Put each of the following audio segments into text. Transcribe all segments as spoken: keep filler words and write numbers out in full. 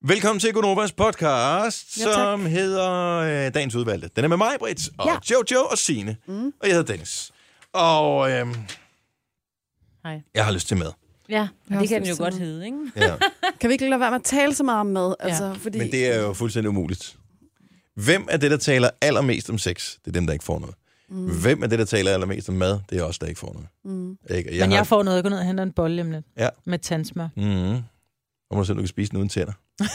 Velkommen til Gonovas podcast, ja, som hedder øh, Dagens Udvalgte. Den er med mig, Britt, og ja. Jojo og Signe. Mm. Og jeg hedder Dennis. Og øh, Hej. Jeg har lyst til mad. Ja, det kan den jo godt hedde, ikke? Ja. Kan vi ikke lade være med at tale så meget om mad? Altså, ja. fordi... Men det er jo fuldstændig umuligt. Hvem er det, der taler allermest om sex? Det er dem, der ikke får noget. Mm. Hvem er det, der taler allermest om mad? Det er os, der ikke får noget. Mm. Ikke? Jeg Men jeg har... får noget. Jeg går ned og henter en bolle om lidt. Ja. Med tandsmør. Mm. Og må du se, om du kan spise den uden tænder.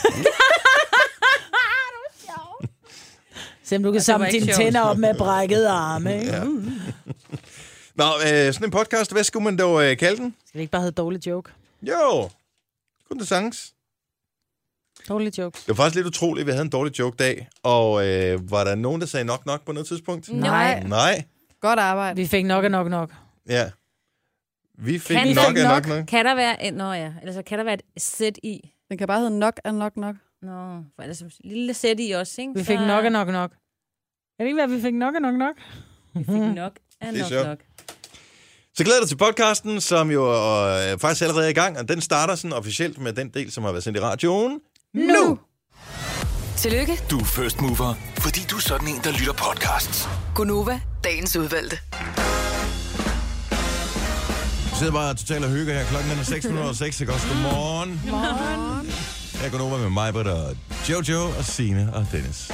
Se om du kan samle dine tænder op med brækkede arme. Ikke? Ja. Nå, øh, sådan en podcast, hvad skulle man dog øh, kalde den? Skal det ikke bare hedde dårlig joke? Jo, kun det sangs. Dårlig jokes. Det var faktisk lidt utroligt, at vi havde en dårlig joke-dag. Og øh, var der nogen, der sagde nok nok på noget tidspunkt? Nej. Nej. Godt arbejde. Vi fik nok og nok nok. Ja. Vi fik kan nok og nok, nok nok. Kan der være... Nå ja, ellers kan der være et sæt i. Den kan bare hedde nok og nok nok. Nå, for ellers et lille sæt i også, ikke? Vi fik så... nok og nok nok. Jeg ved ikke, hvad vi fik nok og nok nok. Vi fik nok og nok nok. Så glæder dig til podcasten, som jo øh, faktisk allerede er i gang. Og den starter sådan officielt med den del, som har været sendt i radioen. Nu! Tillykke. Du er first mover, fordi du er sådan en, der lytter podcasts. Gonova, dagens udvalgte. Vi sidder bare totalt og hygger her. Klokken er seks minutter og seks. Ikke også? Godmorgen. Godmorgen. Jeg går over med mig, Britt, og Jojo og Signe og Dennis.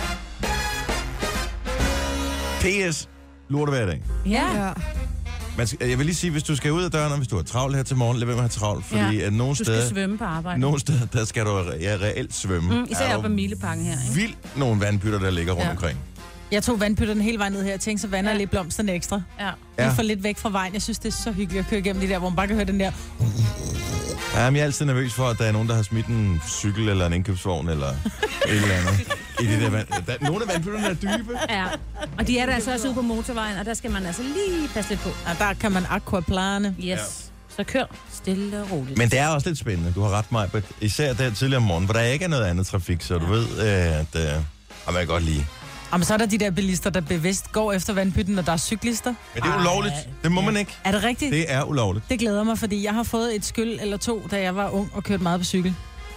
P S. Lort hver dag. Ja. ja. Man skal, jeg vil lige sige, hvis du skal ud af døren, og hvis du har travlt her til morgen, lad være med at have travlt, fordi ja. at nogle du steder... skal svømme på arbejde. Nogle steder, der skal du ja, reelt svømme. Mm, især op ad Mileparken her, ikke? Vildt nogle vandpytter, der ligger rundt ja. omkring. Jeg tog vandpytterne hele vejen ned her, og tænkte, så vander ja. lidt blomsterne ekstra. Ja. Jeg får lidt væk fra vejen. Jeg synes, det er så hyggeligt at køre igennem det der, hvor man bare kan høre den der... Ja, men jeg er altid nervøs for, at der er nogen, der har smidt en cykel eller en indkøbsvogn eller et eller andet i det der vand. Der, nogle af vandpytterne er dybe. Ja, og de er der altså også ude på motorvejen, og der skal man altså lige passe lidt på. Og der kan man aquaplane. Yes. Ja. Så kør stille og roligt. Men det er også lidt spændende. Du har ret, Maj, især der tidligere om morgenen, hvor der ikke er noget andet trafik, så du ja. ved, at øh, man kan godt lide. Jamen, så er der de der bilister, der bevidst går efter vandpytten, når der er cyklister. Men det er ulovligt. Det må man ikke. Er det rigtigt? Det er ulovligt. Det glæder mig, fordi jeg har fået et skyld eller to, da jeg var ung og kørt meget på cykel.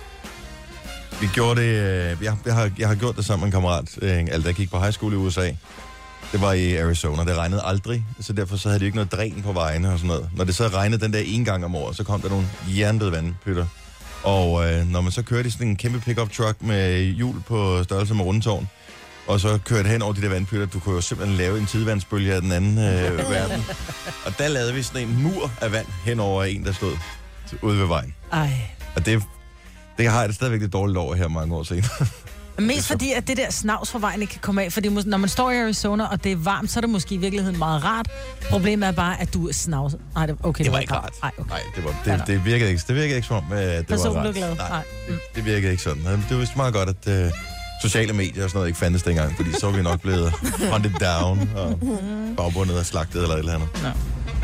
Vi gjorde det... Øh, jeg, jeg, har, jeg har gjort det sammen med en kammerat, øh, altså der gik på high school i U S A. Det var i Arizona. Det regnede aldrig, så derfor så havde de ikke noget dræn på vejene og sådan noget. Når det så regnede den der en gang om året, så kom der nogle jerndøde vandpytter. Og øh, når man så kørte i sådan en kæmpe pickup truck med hjul på størrelse med rundetårn, og så kørte hen over de der vandpytter, du kunne jo simpelthen lave en tidevandsbølge af den anden øh, verden. Og der lavede vi sådan en mur af vand hen over en, der stod ude ved vejen. Ej. Og det, det har jeg det stadigvæk lidt dårligt over her mange år senere. Mest fordi, at det der snavs fra vejen ikke kan komme af. Fordi når man står i Arizona, og det er varmt, så er det måske i virkeligheden meget rart. Problemet er bare, at du er snavset. Nej, det, okay, det, det var ikke rart. Nej, okay. Nej, det, var, det, det, virkede ikke, det virkede ikke som om, at det Person var rart. glad. Nej, Nej. Det, det virkede ikke sådan. Det var vist meget godt, at uh, sociale medier og sådan noget ikke fandtes dengang, fordi så var vi nok blevet hunted down og bagbundet og slagtet eller et eller andet. Ja.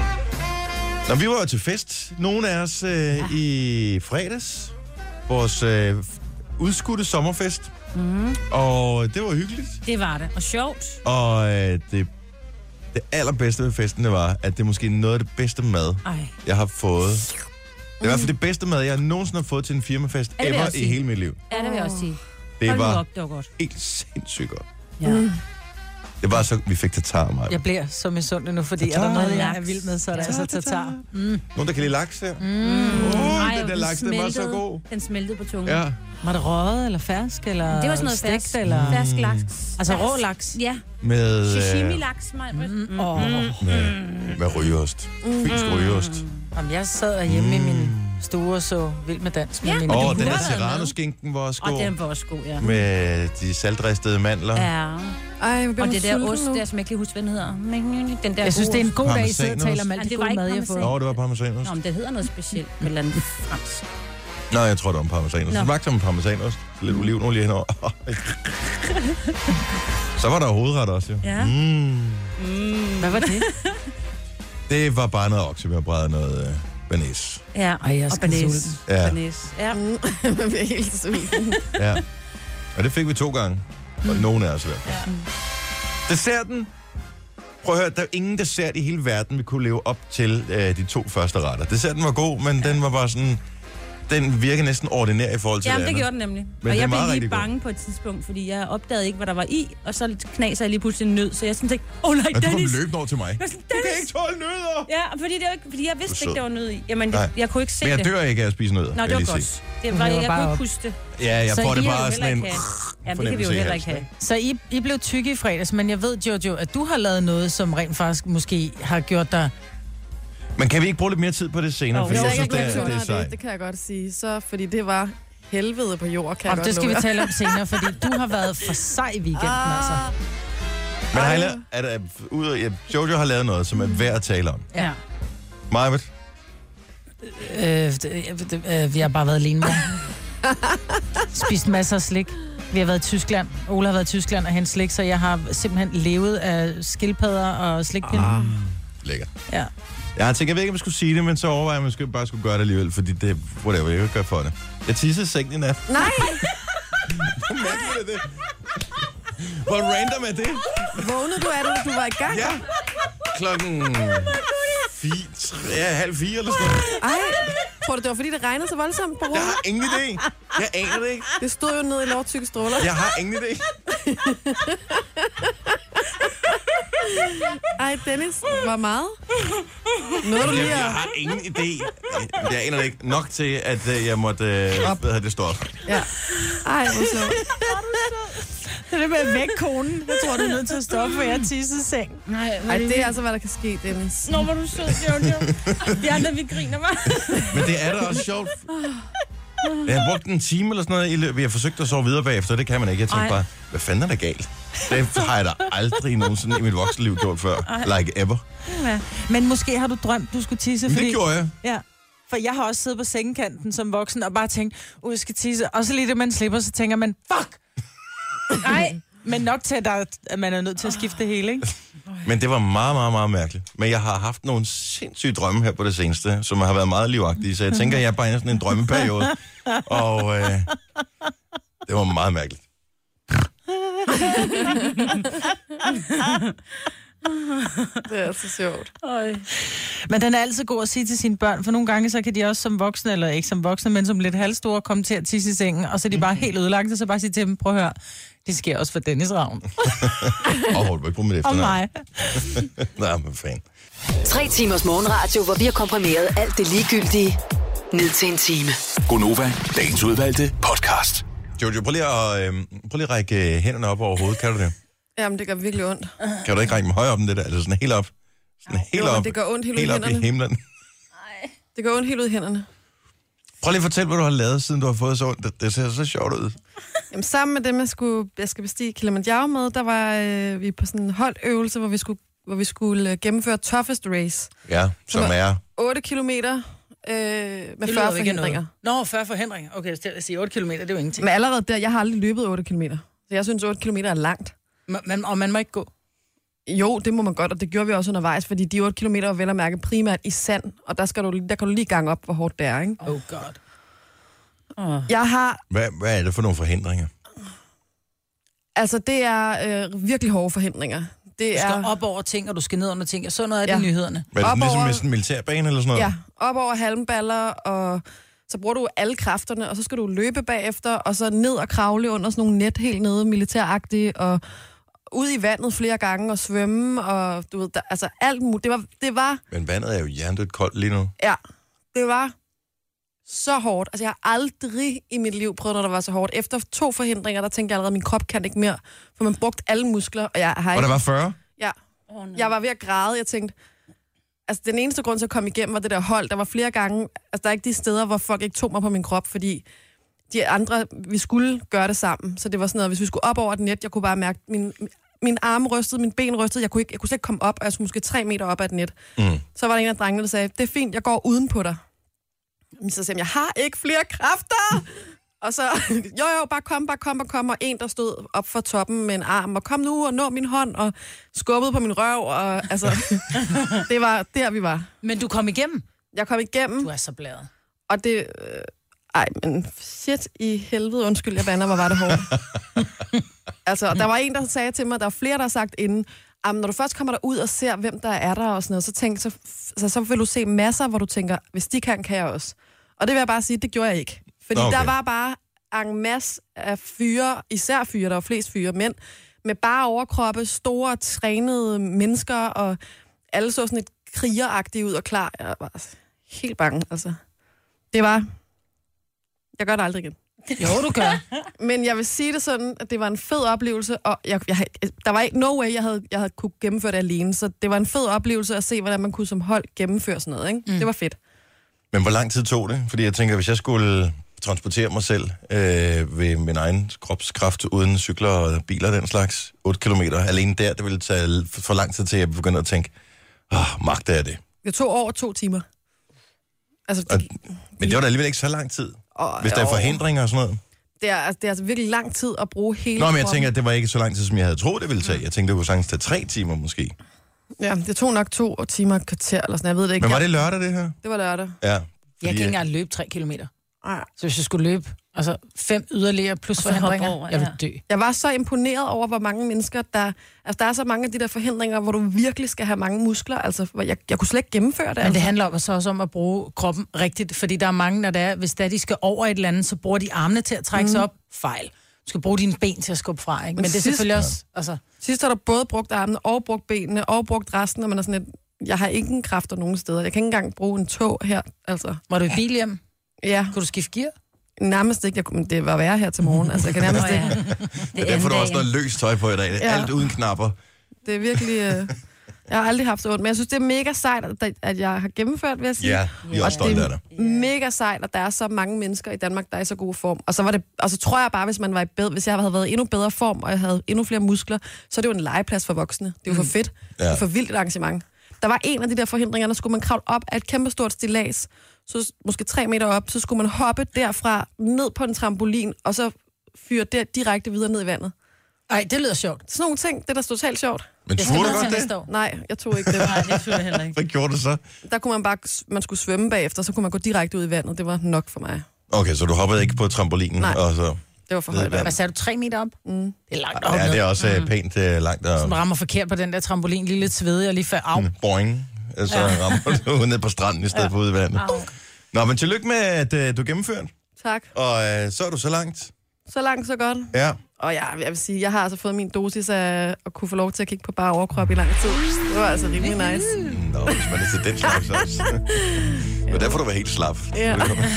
Nå, vi var jo til fest, nogle af os uh, ja. i fredags. Vores uh, udskudte sommerfest. Mm. Og det var hyggeligt. Det var det. Og sjovt. Og øh, det, det allerbedste ved festen, det var, at det er måske noget af det bedste mad, Ej. jeg har fået. Det er i hvert fald det bedste mad, jeg nogensinde har fået til en firmafest ever i hele mit liv. Ja, det vil jeg også sige. Det Hold var, op, det var godt. helt sindssygt godt. Ja. Mm. Det var så, vi fik tatar, Maja. Jeg bliver så misundelig nu, fordi tatar. Er der noget, jeg er vild med, så er det altså tatar. Mm. Nogen, der kan lide laks her? Mm. Oh, Ej, den der laks, den var så god. Den smeltede på tungen. Ja. Var det røget eller fersk? Eller det var sådan noget stegt, fersk, eller? fersk laks. Altså rå laks? Ja. Med... Sashimi-laks, mig. Mm. Mm. Oh. Med, med rygeost. Mm. Finsk rygeost. Jamen, jeg sad hjemme mm. i min stue og så Vild med dans. Ja. Åh, oh, den der serrano-skinken var også god. Og den var også god, ja. Med de saltristede mandler. Ja. Ej, og det der ost, der som jeg ikke lige huske, hvad den hedder. Den der jeg synes, det er en god dag, I sidder og taler om alt det de gode mad, jeg har fået. Nå, det var parmesanost. Nå, men det hedder noget specielt med eller andet fransk. Nå, jeg tror, det var en parmesanost. Det smagte som en parmesanost. Lidt olivenolie henover. Så var der hovedret også, jo. Ja. Mm. Mm. Hvad var det? Det var bare noget oksebærbræd og noget øh, banæs. Ja, Ej, jeg skal sulten. Ja. Banæs. Ja. Mm. Man bliver helt sulten. Ja. Og det fik vi to gange. Og mm. nogen af os i hvert fald. Ja. Desserten. Prøv at høre, der er ingen dessert i hele verden, vi kunne leve op til øh, de to første retter. Desserten var god, men ja. den var bare sådan... den virker næsten ordinær i forhold til Jamen, det det andet. gjorde den nemlig. Men Og det er jeg blev meget lige rigtig godt. bange på et tidspunkt, fordi jeg opdagede ikke, hvad der var i, og så knaser jeg lige pludselig en nød, så jeg sådan tænkte, åh oh, nej, Og du kom Dennis! løbende over til mig. Jeg var sådan, Du kan Dennis! ikke tåle nødder! Ja, fordi, det var ikke, fordi jeg Du er vidste sød. ikke, der var nød i. Jamen, Nej. jeg, jeg kunne ikke se Men jeg det. dør ikke af at spise nødder. Nå, vil det var jeg lige godt. sige. Det var, Det var jeg bare kunne op. ikke huske det. Ja, jeg Så får I det har bare jo sådan en... heller ikke Jamen, det kan vi jo fornemmelse i heller ikke halsen, have. Så I, I blev tykke i fredags, men jeg ved, Jojo, at du har lavet noget, som rent faktisk måske har gjort dig... Men kan vi ikke bruge lidt mere tid på det senere? Jo, Fordi Hvis jeg jeg synes, ikke det har er, glemt det er under det, sejt. det kan jeg godt sige. Så, fordi det var helvede på jord, kan jeg Og godt det skal vi love jer. tale om senere, fordi du har været for sej i weekenden, altså. Men har I lavet, er der, ud af, ja, Jojo har lavet noget, som er værd at tale om. Ja. Majbet? Øh, det, det, øh, vi har bare været alene med. Spist masser af slik. Vi har været i Tyskland. Ola har været i Tyskland og hentet slik, så jeg har simpelthen levet af skildpadder og slikpinde. Ah, lækkert. Ja. Jeg har tænkt, jeg ved ikke, om jeg skulle sige det, men så overvejer jeg, at man skulle bare skulle gøre det alligevel, fordi det, whatever, jeg vil gøre for det. Jeg tissede i sengen i nat. Nej, Hvor mærkeligt er det? Hvor random er det? vågnede du af det, du var i gang? Ja. Klokken fire, ja, halv fire eller sådan noget. Ej, tror du, det var fordi, det regnede så voldsomt på Jeg rummet? har ingen idé. Jeg aner det ikke. Det stod jo nede i lovtykke stråler. Jeg har ingen idé. Ej, Dennis, hvor meget? Noget du Jeg, lige jeg at... har ingen idé. Jeg aner det ikke nok til, at øh, jeg måtte øh, hvad hedder det stoppe. Ja. Ej, hvor så. Det er det med at vække konen. Jeg tror, du er nødt til at stoppe, for jeg tissede i seng. Nej, Ej, det er altså, hvad der kan ske, Dennis. Nå, hvor du sød, Jojo. De andre, vi griner mig. Men det er da også sjovt. Jeg har brugt en time eller sådan noget. i løbet- Vi har forsøgt at sove videre bagefter. Det kan man ikke. Jeg tænkte Ej. bare, hvad fanden er der galt? Det har jeg da aldrig nogensinde i mit voksenliv gjort før. Like ever. Ja. Men måske har du drømt, du skulle tisse, Men fordi... det gjorde jeg. Ja. For jeg har også siddet på sengekanten som voksen og bare tænkt, uh, jeg skal tisse. Og så lige det, man slipper, så tænker man, fuck! Nej, men nok til, at, der, at man er nødt til at skifte det hele, ikke? Men det var meget, meget, meget mærkeligt. Men jeg har haft nogle sindssyge drømme her på det seneste, som har været meget livagtige. Så jeg tænker, jeg er bare i sådan en drømmeperiode. Og øh, det var meget mærkeligt. Det er så sjovt. Øj. Men den er altid god at sige til sine børn, for nogle gange så kan de også som voksne, eller ikke som voksne, men som lidt halvstore, komme til at tisse i sengen, og så er de bare helt ødelagt, og så bare sige til dem, prøv at høre, det sker også for Dennis Ravn. Og hold ikke på mit Og efternavn. mig. Nej, men fan. Tre timers morgenradio, hvor vi har komprimeret alt det ligegyldige ned til en time. Gonova, dagens udvalgte podcast. Jojo, prøv lige at, øh, prøv lige at række øh, hænderne op over hovedet. Kan du det? Jamen, det gør virkelig ondt. Kan du ikke række dem højere op end det der? Eller sådan helt op? Sådan helt Jo, op. det gør ondt helt ud helt i op i hænderne. himlen. Det går ondt helt ud i hænderne. Prøv lige at fortælle, hvad du har lavet, siden du har fået så ondt. Det, det ser så sjovt ud. Jamen, sammen med dem, jeg, skulle, jeg skal bestige Kilimanjaro med, der var øh, vi på sådan en holdøvelse, hvor vi skulle, hvor vi skulle øh, gennemføre toughest race. Ja, som Som er... otte kilometer øh, med fyrre forhindringer. Nå, fyrre forhindringer. Okay, så jeg siger otte kilometer, det er jo ingenting. Men allerede der, jeg har aldrig løbet otte kilometer. Så jeg synes, otte kilometer er langt. Men, men, og man må ikke gå. Jo, det må man godt, og det gjorde vi også undervejs, fordi de otte kilometer var vel at mærke primært i sand, og der, skal du, der kan du lige gange op, hvor hårdt det er, ikke? Oh god. Oh. Jeg har, Hvad, hvad er det for nogle forhindringer? altså det er øh, virkelig hårde forhindringer. Det Du skal er, op over ting, og du skal ned under ting. Jeg så noget af det Ja. i nyhederne. Hvad er det sådan, Op ligesom over- med sådan en militærbane eller sådan noget? ja, op over halmballer, og så bruger du alle kræfterne, og så skal du løbe bagefter, og så ned og kravle under sådan nogle net helt nede, militæragtige, og ud i vandet flere gange og svømme, og du ved, der, altså alt muligt. Det var, det var, Men vandet er jo jerndødt koldt lige nu. ja, det var så hårdt. Altså, jeg har aldrig i mit liv prøvet, når der var så hårdt. Efter to forhindringer, der tænkte jeg allerede, at min krop kan ikke mere, for man brugte alle muskler, og jeg har Og ikke... der var fyrre? Ja, Oh, jeg var ved at græde. Jeg tænkte, altså den eneste grund til at komme igennem var det der hold. Der var flere gange, altså der er ikke de steder, hvor folk ikke tog mig på min krop, fordi de andre, vi skulle gøre det sammen. Så det var sådan noget, hvis vi skulle op over et net, jeg kunne bare mærke, min, min arme rystede, min ben rystede, jeg kunne, ikke, jeg kunne slet ikke komme op, og jeg skulle måske tre meter op ad et net. Mm. Så var der en af drengene, der sagde, det er fint, jeg går uden på dig. Men så sagde jeg, jeg har ikke flere kræfter! Og så, jo jo, bare kom, bare kom, bare kom, og en, der stod op for toppen med en arm, og kom nu og nå min hånd, og skubbede på min røv, og altså, det var der, vi var. Men du kom igennem. Jeg kom igennem, Du er så blæret. og det, øh, ej, men shit i helvede, undskyld, jeg bander, hvor var det hårdt. Altså, der var en, der sagde til mig, der var flere, der har sagt inden, når du først kommer der ud og ser, hvem der er der og sådan noget, så, tænk, så, så, så vil du se masser, hvor du tænker, hvis de kan, kan jeg også. Og det vil jeg bare sige, det gjorde jeg ikke. Fordi Okay. der var bare en masse af fyre, især fyre, der var flest fyre, mænd, med bare overkroppe, store, trænede mennesker, og alle så sådan et krigeragtigt ud og klar. Jeg var helt bange, altså. Det var... Jeg gør det aldrig igen. Jo, du gør. Men jeg vil sige det sådan, at det var en fed oplevelse, og jeg, jeg, der var ikke no way, jeg havde, jeg havde kunne gennemføre det alene, så det var en fed oplevelse at se, hvordan man kunne som hold gennemføre sådan noget, ikke? Mm. Det var fedt. Men hvor lang tid tog det? Fordi jeg tænker, hvis jeg skulle transportere mig selv øh, ved min egen kropskraft uden cykler og biler og den slags, otte kilometer alene der, det ville tage for lang tid til, at jeg begynder at tænke, åh, magter jeg det? Det tog over to timer. Altså, Og, det, men det var da alligevel ikke så lang tid, og, hvis der er og- forhindringer og sådan noget. Det er, altså, det er altså virkelig lang tid at bruge hele Nå, men jeg kroppen. tænker, at det var ikke så lang tid, som jeg havde troet, det ville tage. Jeg tænkte, det kunne sagtens tage tre timer måske. Ja, det tog nok to timer og et kvarter, eller sådan, jeg ved det ikke. Men var Jeg- det lørdag, det her? Det var lørdag. Ja. Jeg kan ikke Fordi, engang løbe tre kilometer. Ej. Så hvis jeg skulle løbe altså fem yderligere plus Og så hoppe forhindringer, over, jeg vil ja. dø. Jeg var så imponeret over, hvor mange mennesker, der... Altså, der er så mange af de der forhindringer, hvor du virkelig skal have mange muskler. Altså, hvor jeg, jeg kunne slet ikke gennemføre det. Men det altså. handler om, så også om at bruge kroppen rigtigt, fordi der er mange, når det er, hvis det er, de skal over et eller andet, så bruger de armene til at trække mm. sig op. Fejl. Du skal bruge dine ben til at skubbe fra, ikke? Men, Men det er sidst- selvfølgelig også... Altså, Sidst har du både brugt armene og brugt benene og brugt resten, og man er sådan et... Jeg har ingen kræfter nogen steder. Jeg kan ikke engang bruge en tog her, altså. var du i bil hjem? Ja, Kunne du skifte gear? nærmest ikke. Jeg kunne, det var værre her til morgen. Altså, jeg kan nærmest Nå, ja. ikke. Det er derfor er der anden også noget løst tøj på i dag. Ja. Alt uden knapper. Det er virkelig... Øh... Jeg har aldrig haft så ondt, men jeg synes, det er mega sejt, at- at jeg har gennemført, vil jeg sige. Ja, vi er også Og stolte det af dig. er mega sejt, at der er så mange mennesker i Danmark, der er i så god form. Og så, var det, og så tror jeg bare, hvis man var i bedre, hvis jeg havde været i endnu bedre form, og jeg havde endnu flere muskler, så er det jo en legeplads for voksne. Det er jo for fedt. Ja. Det er for vildt et arrangement. Der var en af de der forhindringer, der skulle man kravle op af et kæmpestort stillads, så måske tre meter op, så skulle man hoppe derfra ned på en trampolin, og så fyre der direkte videre ned i vandet. Ej, det lyder sjovt. Sådan nogle ting, det er da totalt sjovt. Men Jeg skal tror du med godt til det? næste år. Nej, jeg tog ikke det. Nej, det tror jeg heller ikke. Hvad gjorde du så? Der kunne man bare, man skulle svømme bagefter, så kunne man gå direkte ud i vandet. Det var nok for mig. Okay, så du hoppede ikke på trampolinen? Nej. Og så... Det var for Ned i højt. vandet. Hvad sagde du? Tre meter op? Mm. Det er langt op. Ja, det er ned. også mm. pænt uh, langt. Og... Som rammer forkert på den der trampolin, lige lidt svedig og lige før af. Boing. Så ja. rammer du ned på stranden i stedet ja. for ude i vandet. Au. Nå, men tillykke med, at uh, du gennemførte. Tak. Og uh, så er du så langt. Så langt, så godt. Ja. Og ja, jeg vil sige, jeg har altså fået min dosis af at kunne få lov til at kigge på bare overkrop i lang tid. Det var altså rimelig nice. Nå, hvis man er til den slags også. Men derfor du var helt slap. Ja.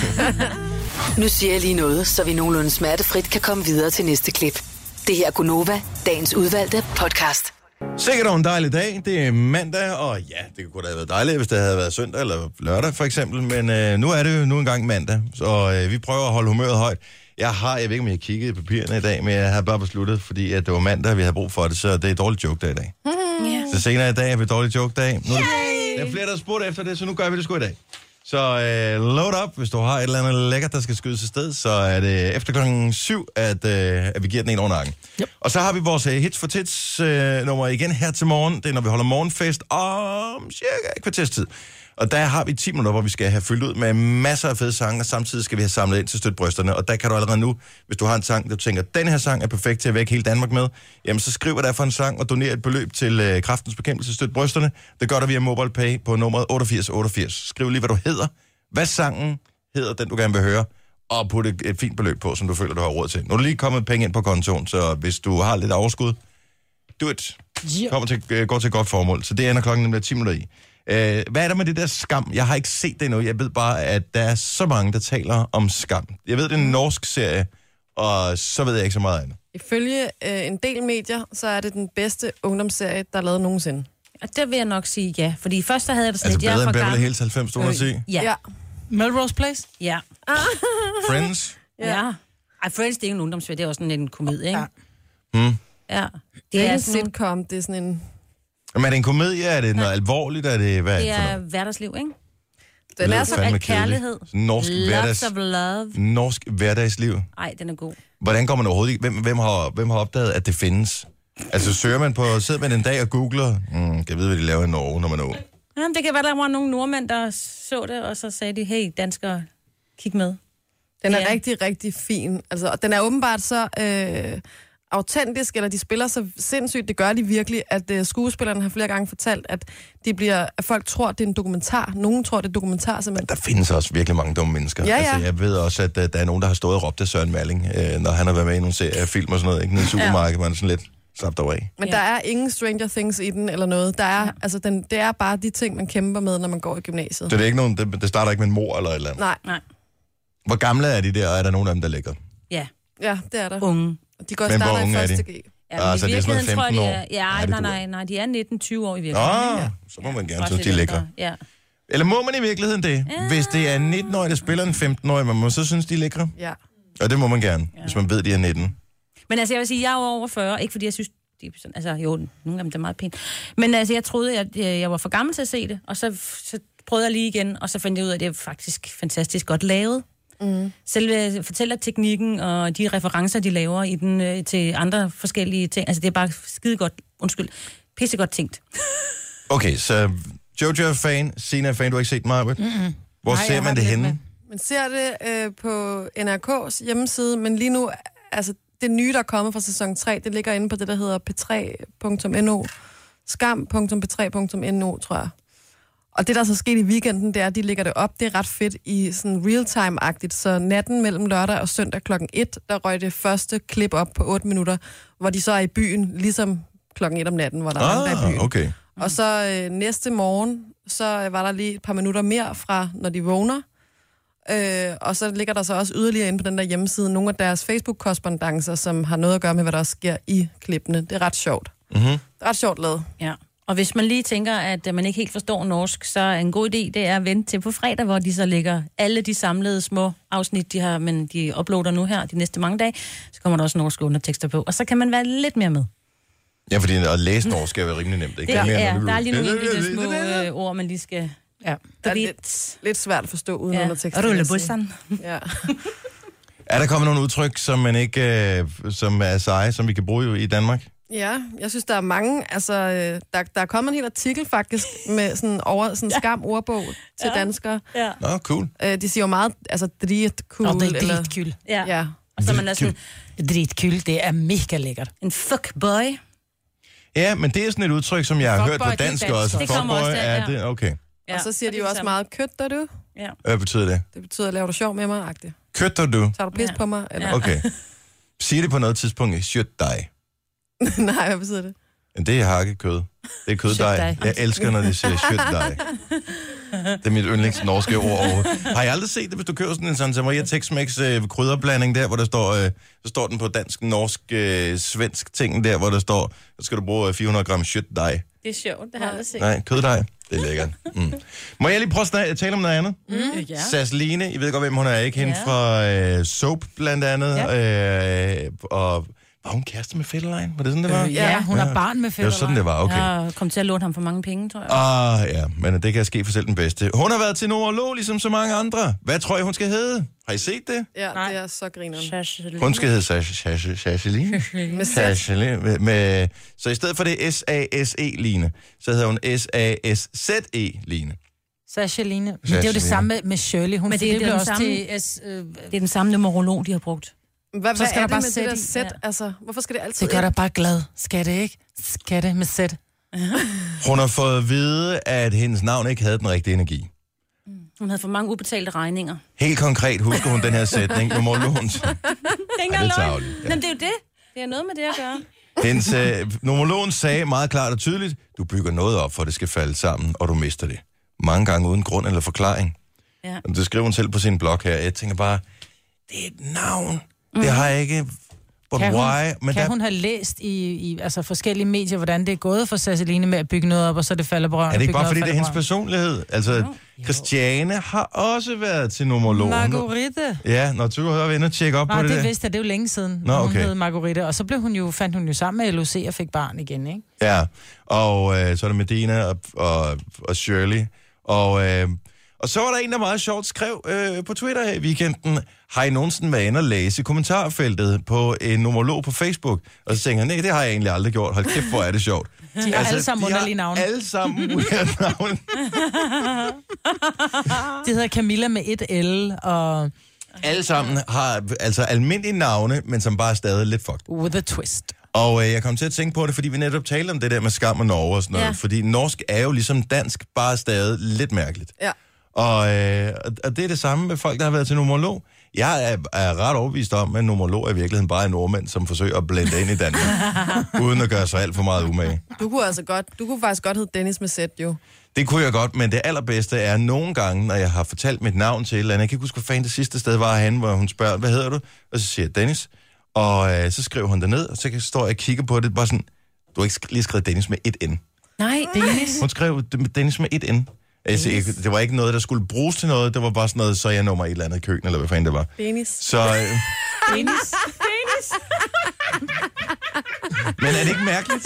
Nu siger jeg lige noget, så vi nogenlunde smertefrit kan komme videre til næste klip. Det her er Gunova, dagens udvalgte podcast. Sikkert og en dejlig dag. Det er mandag, og ja, det kunne da have været dejligt, hvis det havde været søndag eller lørdag for eksempel. Men øh, nu er det jo nu engang mandag, så øh, vi prøver at holde humøret højt. Jeg har, jeg ved ikke, om jeg har kigget i papirerne i dag, men jeg har bare besluttet, fordi at det var mandag, vi havde brug for det, så det er dårlig joke-dag i dag. Ja. Så senere i dag er vi dårlig joke-dag. Nu er det- der er flere, der har spurgt efter det, så nu gør vi det sgu i dag. Så øh, load up, hvis du har et eller andet lækkert, der skal skydes afsted, så er det efter klokken syv, at, øh, at vi giver den en over nakken. Yep. Og så har vi vores øh, Hits for Tits øh, nummer igen her til morgen. Det er, når vi holder morgenfest om cirka et kvarters tid. Og der har vi ti minutter, hvor vi skal have fyldt ud med masser af fede sange, og samtidig skal vi have samlet ind til støtte brysterne. Og der kan du allerede nu, hvis du har en sang, der du tænker, den her sang er perfekt til at vække hele Danmark med, jamen så skriv, hvad der er for en sang, og doner et beløb til øh, Kræftens Bekæmpelse støtte brysterne. Det gør du via MobilePay på nummeret otteogfirs otteogfirs. Skriv lige, hvad du hedder, hvad sangen hedder, den du gerne vil høre, og put et, et fint beløb på, som du føler, du har råd til. Nu er der lige kommet penge ind på kontoen, så hvis du har lidt overskud, do it. Yeah. Kommer til, øh, går til et godt formål. Så det ender klokken nemlig ti minutter i. Øh, hvad er der med det der skam? Jeg har ikke set det endnu. Jeg ved bare, at der er så mange, der taler om skam. Jeg ved, det er en norsk serie, og så ved jeg ikke så meget andet. Ifølge øh, en del medier, så er det den bedste ungdomsserie, der er lavet nogensinde. Og det vil jeg nok sige ja. Fordi først så havde jeg det sådan Altså lidt, jeg bedre er end for Beverly gammel. Hills halvfems, du må sige. Ja, ja. Melrose Place? ja. Friends. ja. Ej, Friends, det er ikke en ungdomsserie, det er også sådan en komedie, ikke? Ja. Hmm. Ja. Det er ikke en sådan nogle- sitcom, det er sådan en... Men er det en komedie? Er det noget alvorligt? Er det, hvad det er er det for hverdagsliv, ikke? Den lyder er så... fandme af kærlighed. kedeligt. Norsk, hverdags, Lots of love. norsk hverdagsliv. Ej, den er god. Hvordan går man overhovedet ikke? Hvem, hvem, har, hvem har opdaget, at det findes? Altså søger man på, sidder man en dag og googler, mm, kan jeg vide, hvad de laver i Norge, når man er ung? Jamen, det kan være, der var nogle nordmænd, der så det, og så sagde de, hey, danskere, kig med. Den er Ja. rigtig, rigtig fin. Altså, og den er åbenbart så øh, autentisk, eller de spiller så sindssygt, det gør de virkelig, at uh, skuespillerne har flere gange fortalt, at, de bliver, at folk tror, det er en dokumentar. Nogen tror, det er dokumentar, simpelthen. Der findes også virkelig mange dumme mennesker. Ja, ja. Altså, jeg ved også, at uh, der er nogen, der har stået og råbt af Søren Malling, uh, når han har været med i nogle serier, film og sådan noget, ikke? Nede i supermarkedet, ja. Man er sådan lidt slapt over af. Men Ja. der er ingen Stranger Things i den, eller noget. Der er, ja. altså, den, det er bare de ting, man kæmper med, når man går i gymnasiet. Så det er ikke nogen, det, det starter ikke med en mor eller et eller andet. Nej, Nej. Hvor gamle er de der, og er der nogen af dem, der ligger? Ja, ja, det er der. unge. De går Men hvor starter i unge er de? første G. Ja, men Altså, i det er sådan noget virkeligheden tror jeg, de femten er... år? Ja, Nej, nej, det nej, duer. nej, nej, de er nitten tyve år i virkeligheden. Ah, Ja. så må man gerne Også synes, de lidt er lækre. ældre. Ja. Eller må man i virkeligheden det? Ja. Hvis det er en nitten-årig, der spiller en femten-årig, man må så synes, de er lækre. Ja. Og det må man gerne, Ja. hvis man ved, de er nitten. Men altså, jeg vil sige, jeg er jo over fyrre, ikke fordi jeg synes, de er sådan, altså jo, nogle af dem er meget pænt. Men altså, jeg troede, at jeg, jeg var for gammel til at se det, og så, så prøvede jeg lige igen, og så fandt jeg ud af, at det er faktisk fantastisk godt lavet. Mm. Selve fortællerteknikken og de referencer, de laver i den øh, til andre forskellige ting, altså det er bare skide godt, undskyld, pissegodt tænkt. Okay, så Jojo er fan, Sina er fan, du har ikke set mig, mm-hmm. Hvor Nej, ser jeg man har det lidt henne? med. Man ser det øh, på N R K's hjemmeside, men lige nu, altså det nye, der er kommet fra sæson tre, det ligger inde på det, der hedder p tre punktum n o. skam punktum p tre punktum n o, tror jeg. Og det, der så skete i weekenden, det er, at de lægger det op. Det er ret fedt i sådan real-time-agtigt. Så natten mellem lørdag og søndag klokken et, der røg det første klip op på otte minutter, hvor de så er i byen, ligesom klokken et om natten, hvor der er andre i Ah, byen. okay. Og så øh, næste morgen, så øh, var der lige et par minutter mere fra, når de vågner. Øh, og så ligger der så også yderligere inde på den der hjemmeside nogle af deres Facebook-korrespondancer, som har noget at gøre med, hvad der også sker i klippene. Det er ret sjovt. Mm-hmm. Det er ret sjovt lavet. Ja. Og hvis man lige tænker, at man ikke helt forstår norsk, så er en god idé, det er at vente til på fredag, hvor de så lægger alle de samlede små afsnit, de har, men de uploader nu her de næste mange dage, så kommer der også norske undertekster på, og så kan man være lidt mere med. Ja, fordi at læse norsk skal være rimelig nemt, ikke? Det er, mere, ja, når du- der er lige nogle enkelte små øh, ord, man lige skal... Ja. Det er lidt, lidt svært at forstå uden Ja. undertekster. Rulle vil jeg sige. bussan. Ja. Er der kommet nogle udtryk, som man ikke, øh, som er seje, som vi kan bruge i Danmark? Ja, jeg synes, der er mange. Altså, øh, der, der er kommet en hel artikel faktisk med sådan over sådan en skam-ordbog til Ja. danskere. Ja. Nå, cool. Øh, de siger jo meget, altså, drit cool. Og det er eller, dritkul. Ja. ja. Og så er man er sådan Dritkul, det er mega lækkert. en fuckboy. Ja, men det er sådan et udtryk, som jeg har Fuckboy, hørt på det er dansk dansk. også. Det kommer Fuckboy, også der, er ja. det? Okay. Ja. Og så siger de det jo er også det meget, køtter du? Ja. Hvad betyder det? Det betyder, laver du sjov med mig, agtigt. Køtter du? Tager du pis Ja. på mig? Eller? Ja. Okay. Siger det på noget tidspunkt, shit dig. Nej, hvad betyder det? Men det er hakkekød. Det er køddej. Shit dig. Jeg elsker, når de siger shit dig. Det er mit yndlings norske ord overhovedet. Har jeg aldrig set det, hvis du køber sådan en Santa Maria Tex-Mex øh, krydderblanding der, hvor der står, øh, så står den på dansk, norsk, øh, svensk ting der, hvor der står, så skal du bruge øh, fire hundrede gram shit dig. Det er sjovt, det har jeg aldrig set. Nej, køddej. Det er lækkert. Mm. Må jeg lige prøve at tale om noget andet? Mm. Ja. Sasseline, I ved godt, hvem hun er, ikke? Hende Ja. fra øh, Soap, blandt andet. Ja. Øh, og var hun kæreste med Fetterlein? Var det sådan, det var? Øh, ja, hun Ja. har barn med Det var fætter. sådan, det var. Okay. Jeg kom til at låne ham for mange penge, tror jeg. Ah, ja, men det kan ske for selv den bedste. Hun har været til neurolog, ligesom så mange andre. Hvad tror I, hun skal hedde? Har I set det? Ja, Nej. det er så grineren. Sasseline. Hun skal hedde Sasseline. Med sæt. Sasseline. Med, med, så i stedet for det S A S E-line, så hedder hun S A S Z E-line. Sasha-Line. Men det er jo det Sasha-Line. samme med Shirley. Hun Men det, det er det blev den også samme- til S... Øh, Det er den samme numerolog, de har brugt. Hvad, Så hvad skal er der det bare med det sæt der i? sæt? Ja. Altså, hvorfor skal det altid det gør ind? dig bare glad. Skal det ikke? Skal det med sæt? Hun har fået at vide, at hendes navn ikke havde den rigtige energi. Hun havde for mange ubetalte regninger. Helt konkret husker hun den her sætning. Numerologens. Det er ikke Ej, det er engang løgn. tarveligt, ja. Jamen, det er jo det. Det er noget med det at gøre. Hendes øh, numerologen sagde meget klart og tydeligt, du bygger noget op, for det skal falde sammen, og du mister det. Mange gange uden grund eller forklaring. Ja. Og det skriver hun selv på sin blog her. Jeg tænker bare, det er et navn. Mm. Det har jeg ikke... But Kan, hun, why? Men kan der, hun have læst i, i altså forskellige medier, hvordan det er gået for Sasseline med at bygge noget op, og så det falder på røven? er det ikke bare, fordi det er hendes personlighed? Altså, Christiane har også været til numerologen. Marguerite. Ja, når du har været inde og tjekke op Nej, på det, det der. vidste jeg, det er jo længe siden. Nå, Hun okay. hed Marguerite, og så blev hun jo, fandt hun jo sammen med L O C og fik barn igen, ikke? Ja, og øh, så er der Medina og, og, og Shirley. Og, øh, og så var der en, der meget sjovt skrev øh, på Twitter her i weekenden, har I nogensinde været inde og læse i kommentarfeltet på en numerolog på Facebook? Og så tænker jeg, nej, det har jeg egentlig aldrig gjort. Hold kæft, hvor er det sjovt. De har alle sammen de har underlige navne. alle sammen weird navne. Det hedder Camilla med et L, og Alle sammen har altså almindelige navne, men som bare er stadig lidt fucked. With a twist. Og øh, jeg kom til at tænke på det, fordi vi netop talte om det der med skam og Norge og sådan noget. Ja. Fordi norsk er jo ligesom dansk, bare stadig lidt mærkeligt. Ja. Og, øh, og det er det samme med folk, der har været til numerolog. Jeg er, er ret overbevist om, at numerolog er i virkeligheden bare en nordmænd, som forsøger at blende ind i Danmark, uden at gøre sig alt for meget umage. Du kunne altså godt, du kunne faktisk godt hedde Dennis med Z, jo. Det kunne jeg godt, men det allerbedste er nogle gange, når jeg har fortalt mit navn til et eller andet. Jeg kan ikke huske, hvad fanden det sidste sted var henne, hvor hun spørger, hvad hedder du? Og så siger jeg Dennis. Og øh, så skriver hun det ned, og så står jeg og kigger på det, bare sådan, du har ikke lige skrevet Dennis med et N. Nej, Dennis. Hun skrev Dennis med et N. Altså, jeg, det var ikke noget, der skulle bruges til noget, det var bare sådan noget, så jeg nummer et eller andet i køen, eller hvad fanden det var. Dennis. Så, øh, Dennis. Dennis. men er det ikke mærkeligt?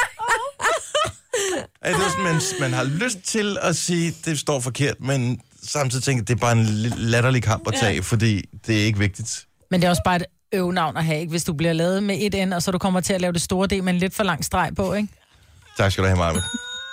Er det sådan, man, man har lyst til at sige, det står forkert, men samtidig tænker jeg, det er bare en latterlig kamp at tage, ja. Fordi det er ikke vigtigt. Men det er også bare et øvenavn at have, ikke? Hvis du bliver lavet med et N, og så du kommer til at lave det store D med en lidt for lang streg på, ikke? Tak skal du have, Marvind.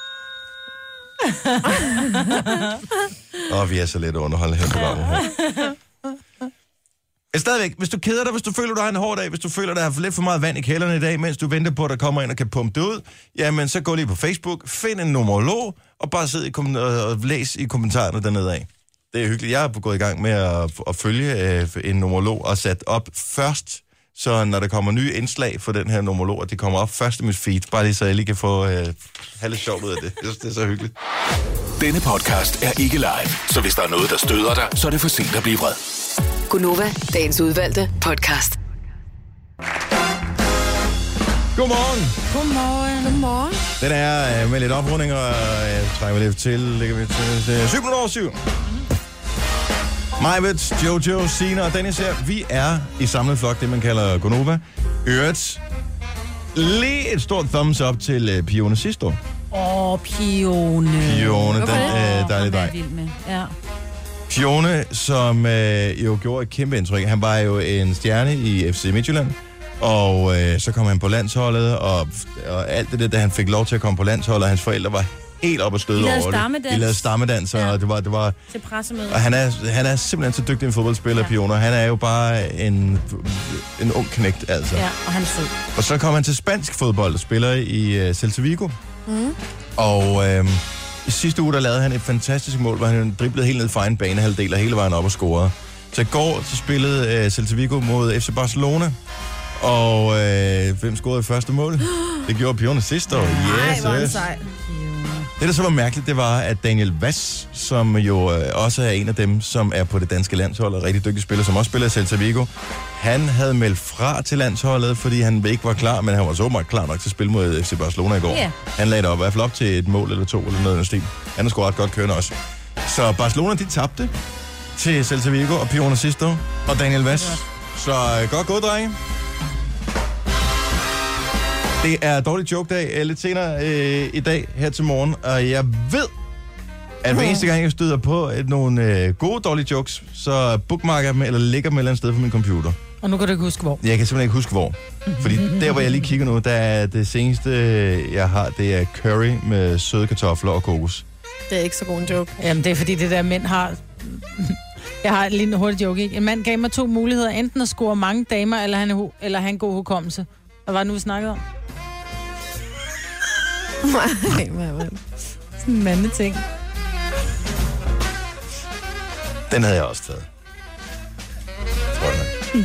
Og vi er så lidt underholdt her på programmet her. Stadigvæk, hvis du keder dig, hvis du føler, du har en hård dag, hvis du føler, der er lidt for meget vand i kælderen i dag, mens du venter på, at der kommer ind og kan pumpe det ud, jamen så gå lige på Facebook, find en numerolog, og bare sid i kom- og læs i kommentarerne dernede af. Det er hyggeligt. Jeg er gået i gang med at, at følge øh, en numerolog og sat op først, så når der kommer nye indslag for den her numerolog, at de kommer op først i mit feed, bare lige så jeg lige kan få øh, have lidt sjovt ud af det. Jeg synes, det er så hyggeligt. Denne podcast er ikke live, så hvis der er noget, der støder dig, så er det for sent at blive vred. Gunova, dagens udvalgte podcast. Godmorgen. Godmorgen. Godmorgen. Den er øh, med lidt oprunding, og jeg trækker lidt til. Ligger vi til, til syv minutter over syv. Majbet, Jojo, Sina og Dennis her. Vi er i samlet flok, det man kalder Gonova. Øret. Lige et stort thumbs up til uh, Pione sidste år. Åh, oh, Pione. Pione, den Okay. øh, dejlige Jeg er dreng. vild med. Ja. Pione, som øh, jo gjorde et kæmpe indtryk. Han var jo en stjerne i F C Midtjylland. Og øh, så kom han på landsholdet, og, og alt det der, da han fik lov til at komme på landsholdet, og hans forældre var helt op og støde De over lavede det. stammedans. De lavede stammedans, Ja. og det var... Det var Til pressemødet. og han er, han er simpelthen så dygtig en fodboldspiller, ja. Pione. Han er jo bare en, en ung knægt, altså. Ja, og han er sød. Og så kom han til spansk fodbold og spiller i uh, Celta Vigo. Mm. Og øh, i sidste uge, der lavede han et fantastisk mål, hvor han driblede helt ned for egen banehalvdel og hele vejen op og scorede. Så i går så spillede uh, Celta Vigo mod F C Barcelona. Og øh, hvem scorede i første mål? Det gjorde Pione sidste år. Ej, Yes, hvor er det yes. sej. Det, der så var mærkeligt, det var, at Daniel Vass, som jo øh, også er en af dem, som er på det danske landshold, og rigtig dygtig spiller, som også spiller i Celta Vigo, han havde meldt fra til landsholdet, fordi han ikke var klar, men han var så åbenbart klar nok til at spille mod F C Barcelona i går. Ja. Han lagde det op, i hvert fald op til et mål eller to, eller noget af den stil. Han er sgu ret godt kørende også. Så Barcelona, de tabte til Celta Vigo og Pione sidste år, og Daniel Vass. Så øh, godt gået, drenge. Det er dårlig joke-dag lidt senere øh, i dag, her til morgen, og jeg ved, at hver eneste gang, jeg støder på et, nogle øh, gode dårlige jokes, så bookmarker jeg dem, eller lægger dem et eller andet sted på min computer. Og nu kan du ikke huske, hvor. Jeg kan simpelthen ikke huske, hvor. Fordi der, hvor jeg lige kigger nu, der er det seneste, jeg har, det er curry med søde kartofler og kokos. Det er ikke så god en joke. Jamen, det er fordi, det der mænd har... Jeg har lige en hurtig joke, ikke? En mand gav mig to muligheder. Enten at score mange damer, eller han, er hu- eller han god hukommelse. Hvad var det nu, vi snakkede om? Nej, hvad er det? Sådan en mandeting. Den havde jeg også taget. Tror jeg nok.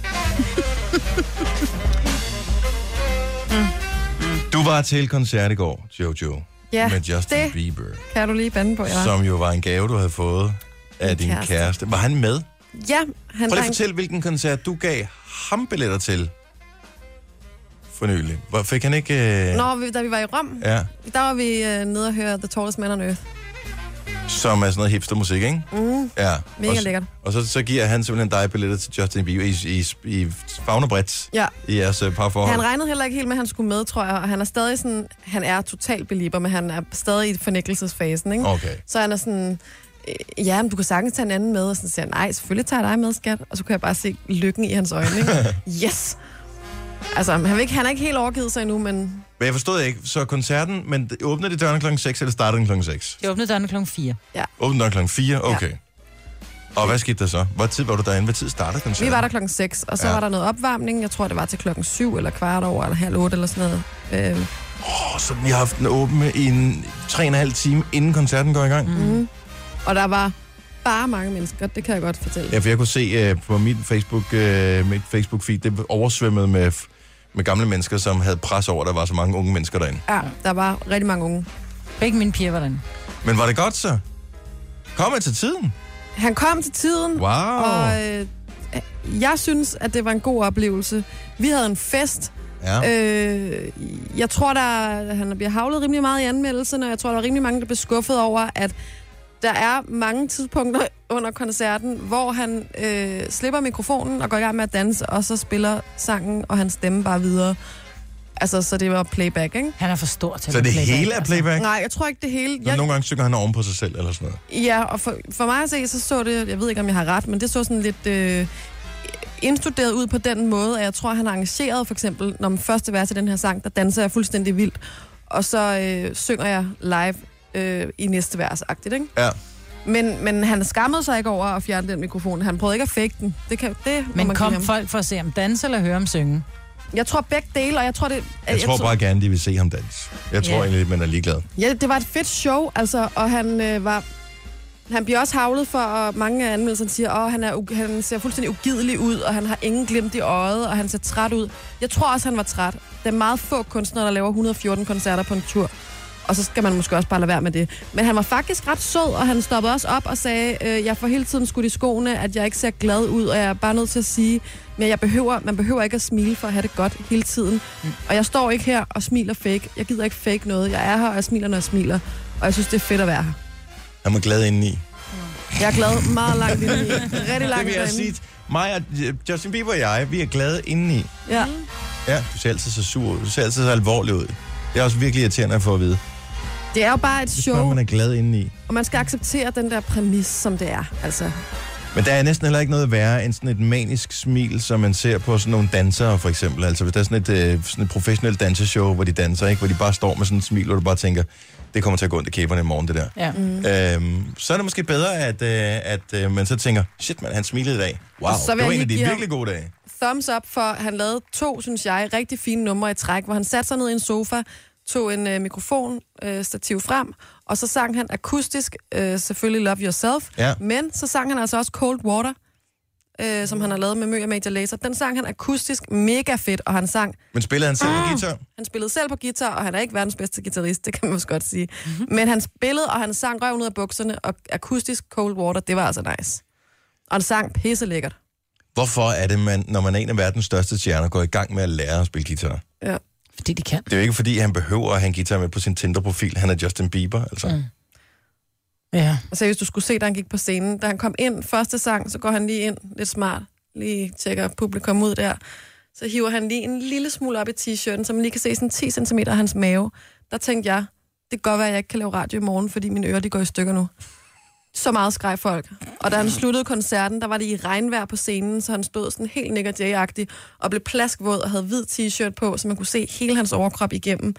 Du var til koncert i går, Jojo, Ja, med Justin det Bieber, kan du lige bande på, ja. som jo var en gave, du havde fået af Min din kæreste. kæreste. Var han med? Ja, han Prøv lige var at fortælle, hvilken koncert du gav ham billetter til for nylig. Hvor fik han ikke... Øh... Nå, vi- da vi var i Rom, Ja, der var vi øh, nede og høre The Tallest Man on Earth. som er sådan noget hipstermusik, ikke? Mm, Ja. mega og, s- lækkert. Og så, så giver han simpelthen dig billetter til Justin Bieber i, i, i favn og bredt Ja, i jeres øh, parforhold. han regnede heller ikke helt med, at han skulle med, tror jeg. Og han er stadig sådan, han er total belieber, men han er stadig i fornægtelsesfasen, ikke? Okay. Så han er sådan, øh, ja, men du kan sagtens tage en anden med. Og så siger han, nej, selvfølgelig tager jeg dig med, skat. Og så kunne jeg bare se lykken i hans øjne, ikke? Yes! Altså, han, vil ikke, han er ikke helt overgivet sig endnu, men Men jeg forstod ikke, så koncerten, men åbner de dørene klokken seks, eller starter den klokken seks? Jeg åbnede dørene klokken fire. Åbner døren klokken fire? Okay. Og hvad skete der så? Hvor tid var du derinde? Hvad tid startede koncerten? Vi var der klokken seks, og så Ja. ja. var der noget opvarmning. Jeg tror, det var til klokken syv eller kvart over, eller halv otte eller sådan noget. Øh, Åh, så vi har haft den åben i en tre og en halv time, inden koncerten går i gang. Mm. mm. Og der var bare mange mennesker, det kan jeg godt fortælle. Ja, for jeg kunne se uh, på mit Facebook, uh, mit Facebook-feed, det oversvømmede med, med gamle mennesker, som havde pres over, at der var så mange unge mennesker derinde. Ja, der var rigtig mange unge. Begge mine piger var derinde. Men var det godt så? Kom jeg til tiden? Han kom til tiden, Wow. og øh, jeg synes, at det var en god oplevelse. Vi havde en fest. Ja. Øh, jeg tror, der han bliver havlet rimelig meget i anmeldelserne, og jeg tror, der er rimelig mange, der bliver skuffet over, at der er mange tidspunkter under koncerten, hvor han øh, slipper mikrofonen og går i gang med at danse, og så spiller sangen og hans stemme bare videre. Altså, så det var playback, ikke? Han er for stor til Så at det playback, hele er altså. playback? Nej, jeg tror ikke det hele. Så Jeg, nogle gange synger han oven på sig selv, eller sådan noget. ja, og for, for mig at se, så så det, jeg ved ikke, om jeg har ret, men det så sådan lidt øh, indstuderet ud på den måde, at jeg tror, han har arrangeret, for eksempel, når man første vers i den her sang, der danser jeg fuldstændig vildt, og så øh, synger jeg live øh, i næste vers-agtigt, ikke? Ja. Men, men han skammede sig ikke over at fjerne den mikrofon. Han prøvede ikke at fake den. Det kan, det må Men man give kom ham. folk for at se ham danse eller høre ham synge? Jeg tror begge dele, og jeg tror det... Jeg, jeg tror bare gerne, de vil se ham danse. Jeg tror Ja. egentlig, man er ligeglad. Ja, det var et fedt show, altså, og han øh, var... Han bliver også havlet for, og mange af anmeldelserne siger, at han, er, u- han ser fuldstændig ugidelig ud, og han har ingen glimt i øjet, og han ser træt ud. Jeg tror også, han var træt. Der er meget få kunstnere, der laver et hundrede og fjorten koncerter på en tur. Og så skal man måske også bare lade være med det. Men han var faktisk ret sød, og han stoppede også op og sagde, øh, jeg får hele tiden skudt i skoene, at jeg ikke ser glad ud, og jeg er bare nødt til at sige, men jeg behøver, man behøver ikke at smile for at have det godt hele tiden. Mm. Og jeg står ikke her og smiler fake. Jeg gider ikke fake noget. Jeg er her, og jeg smiler, når jeg smiler. Og jeg synes, det er fedt at være her. Han var glad indeni. Jeg er glad meget langt inde i. Rigtig Det langt vil jeg derinde. sige. Mig og Justin Bieber og jeg, vi er glade indeni. Ja. Ja, du ser altid så sur ud. Du ser altid så alvorlig ud. Det er også virkelig irriterende at få at vide. Det er jo bare et Hvis show, man er glad indeni. og man skal acceptere den der præmis, som det er. Altså, Men der er næsten heller ikke noget værre end sådan et manisk smil, som man ser på sådan nogle dansere, for eksempel. Altså hvis der er sådan et, øh, sådan et professionelt danseshow, hvor de danser, ikke? Hvor de bare står med sådan et smil, hvor du bare tænker, det kommer til at gå ondt i kæberne i morgen, det der. Ja. Mm. Øhm, så er det måske bedre, at, øh, at øh, man så tænker, shit man, han smilede i dag. Wow, Og så vil det var jeg en af lige de give virkelig gode dage. thumbs up for, han lavede to, synes jeg, rigtig fine numre i træk, hvor han satte sig ned i en sofa, tog en øh, mikrofon, øh, stativ frem, og så sang han akustisk, øh, selvfølgelig Love Yourself, Ja. men så sang han altså også Cold Water, øh, som han har lavet med Mø og Major Lazer. Den sang han akustisk mega fedt, og han sang, Men spillede han selv på guitar? han spillede selv på guitar, og han er ikke verdens bedste guitarist, det kan man også godt sige. Mm-hmm. Men han spillede, og han sang røven ud af bukserne, og akustisk Cold Water, det var altså nice. Og han sang pisse lækkert. Hvorfor er det, man, når man er en af verdens største stjerner, går i gang med at lære at spille guitar? Ja. Fordi de kan. Det er jo ikke, fordi han behøver at have en guitar med på sin Tinder-profil. Han er Justin Bieber, altså. Mm. Ja. Og så hvis du skulle se, da han gik på scenen, da han kom ind første sang, så går han lige ind, lidt smart, lige tjekker publikum ud der. Så hiver han lige en lille smule op i t-shirten, så man lige kan se sådan ti centimeter af hans mave. Der tænkte jeg, det kan godt være, at jeg ikke kan lave radio i morgen, fordi mine ører de går i stykker nu. Så meget skreg folk. Og da han sluttede koncerten, der var det i regnvejr på scenen, så han stod sådan helt Nick og Jay-agtig, og blev plaskvåd og havde hvid t-shirt på, så man kunne se hele hans overkrop igennem.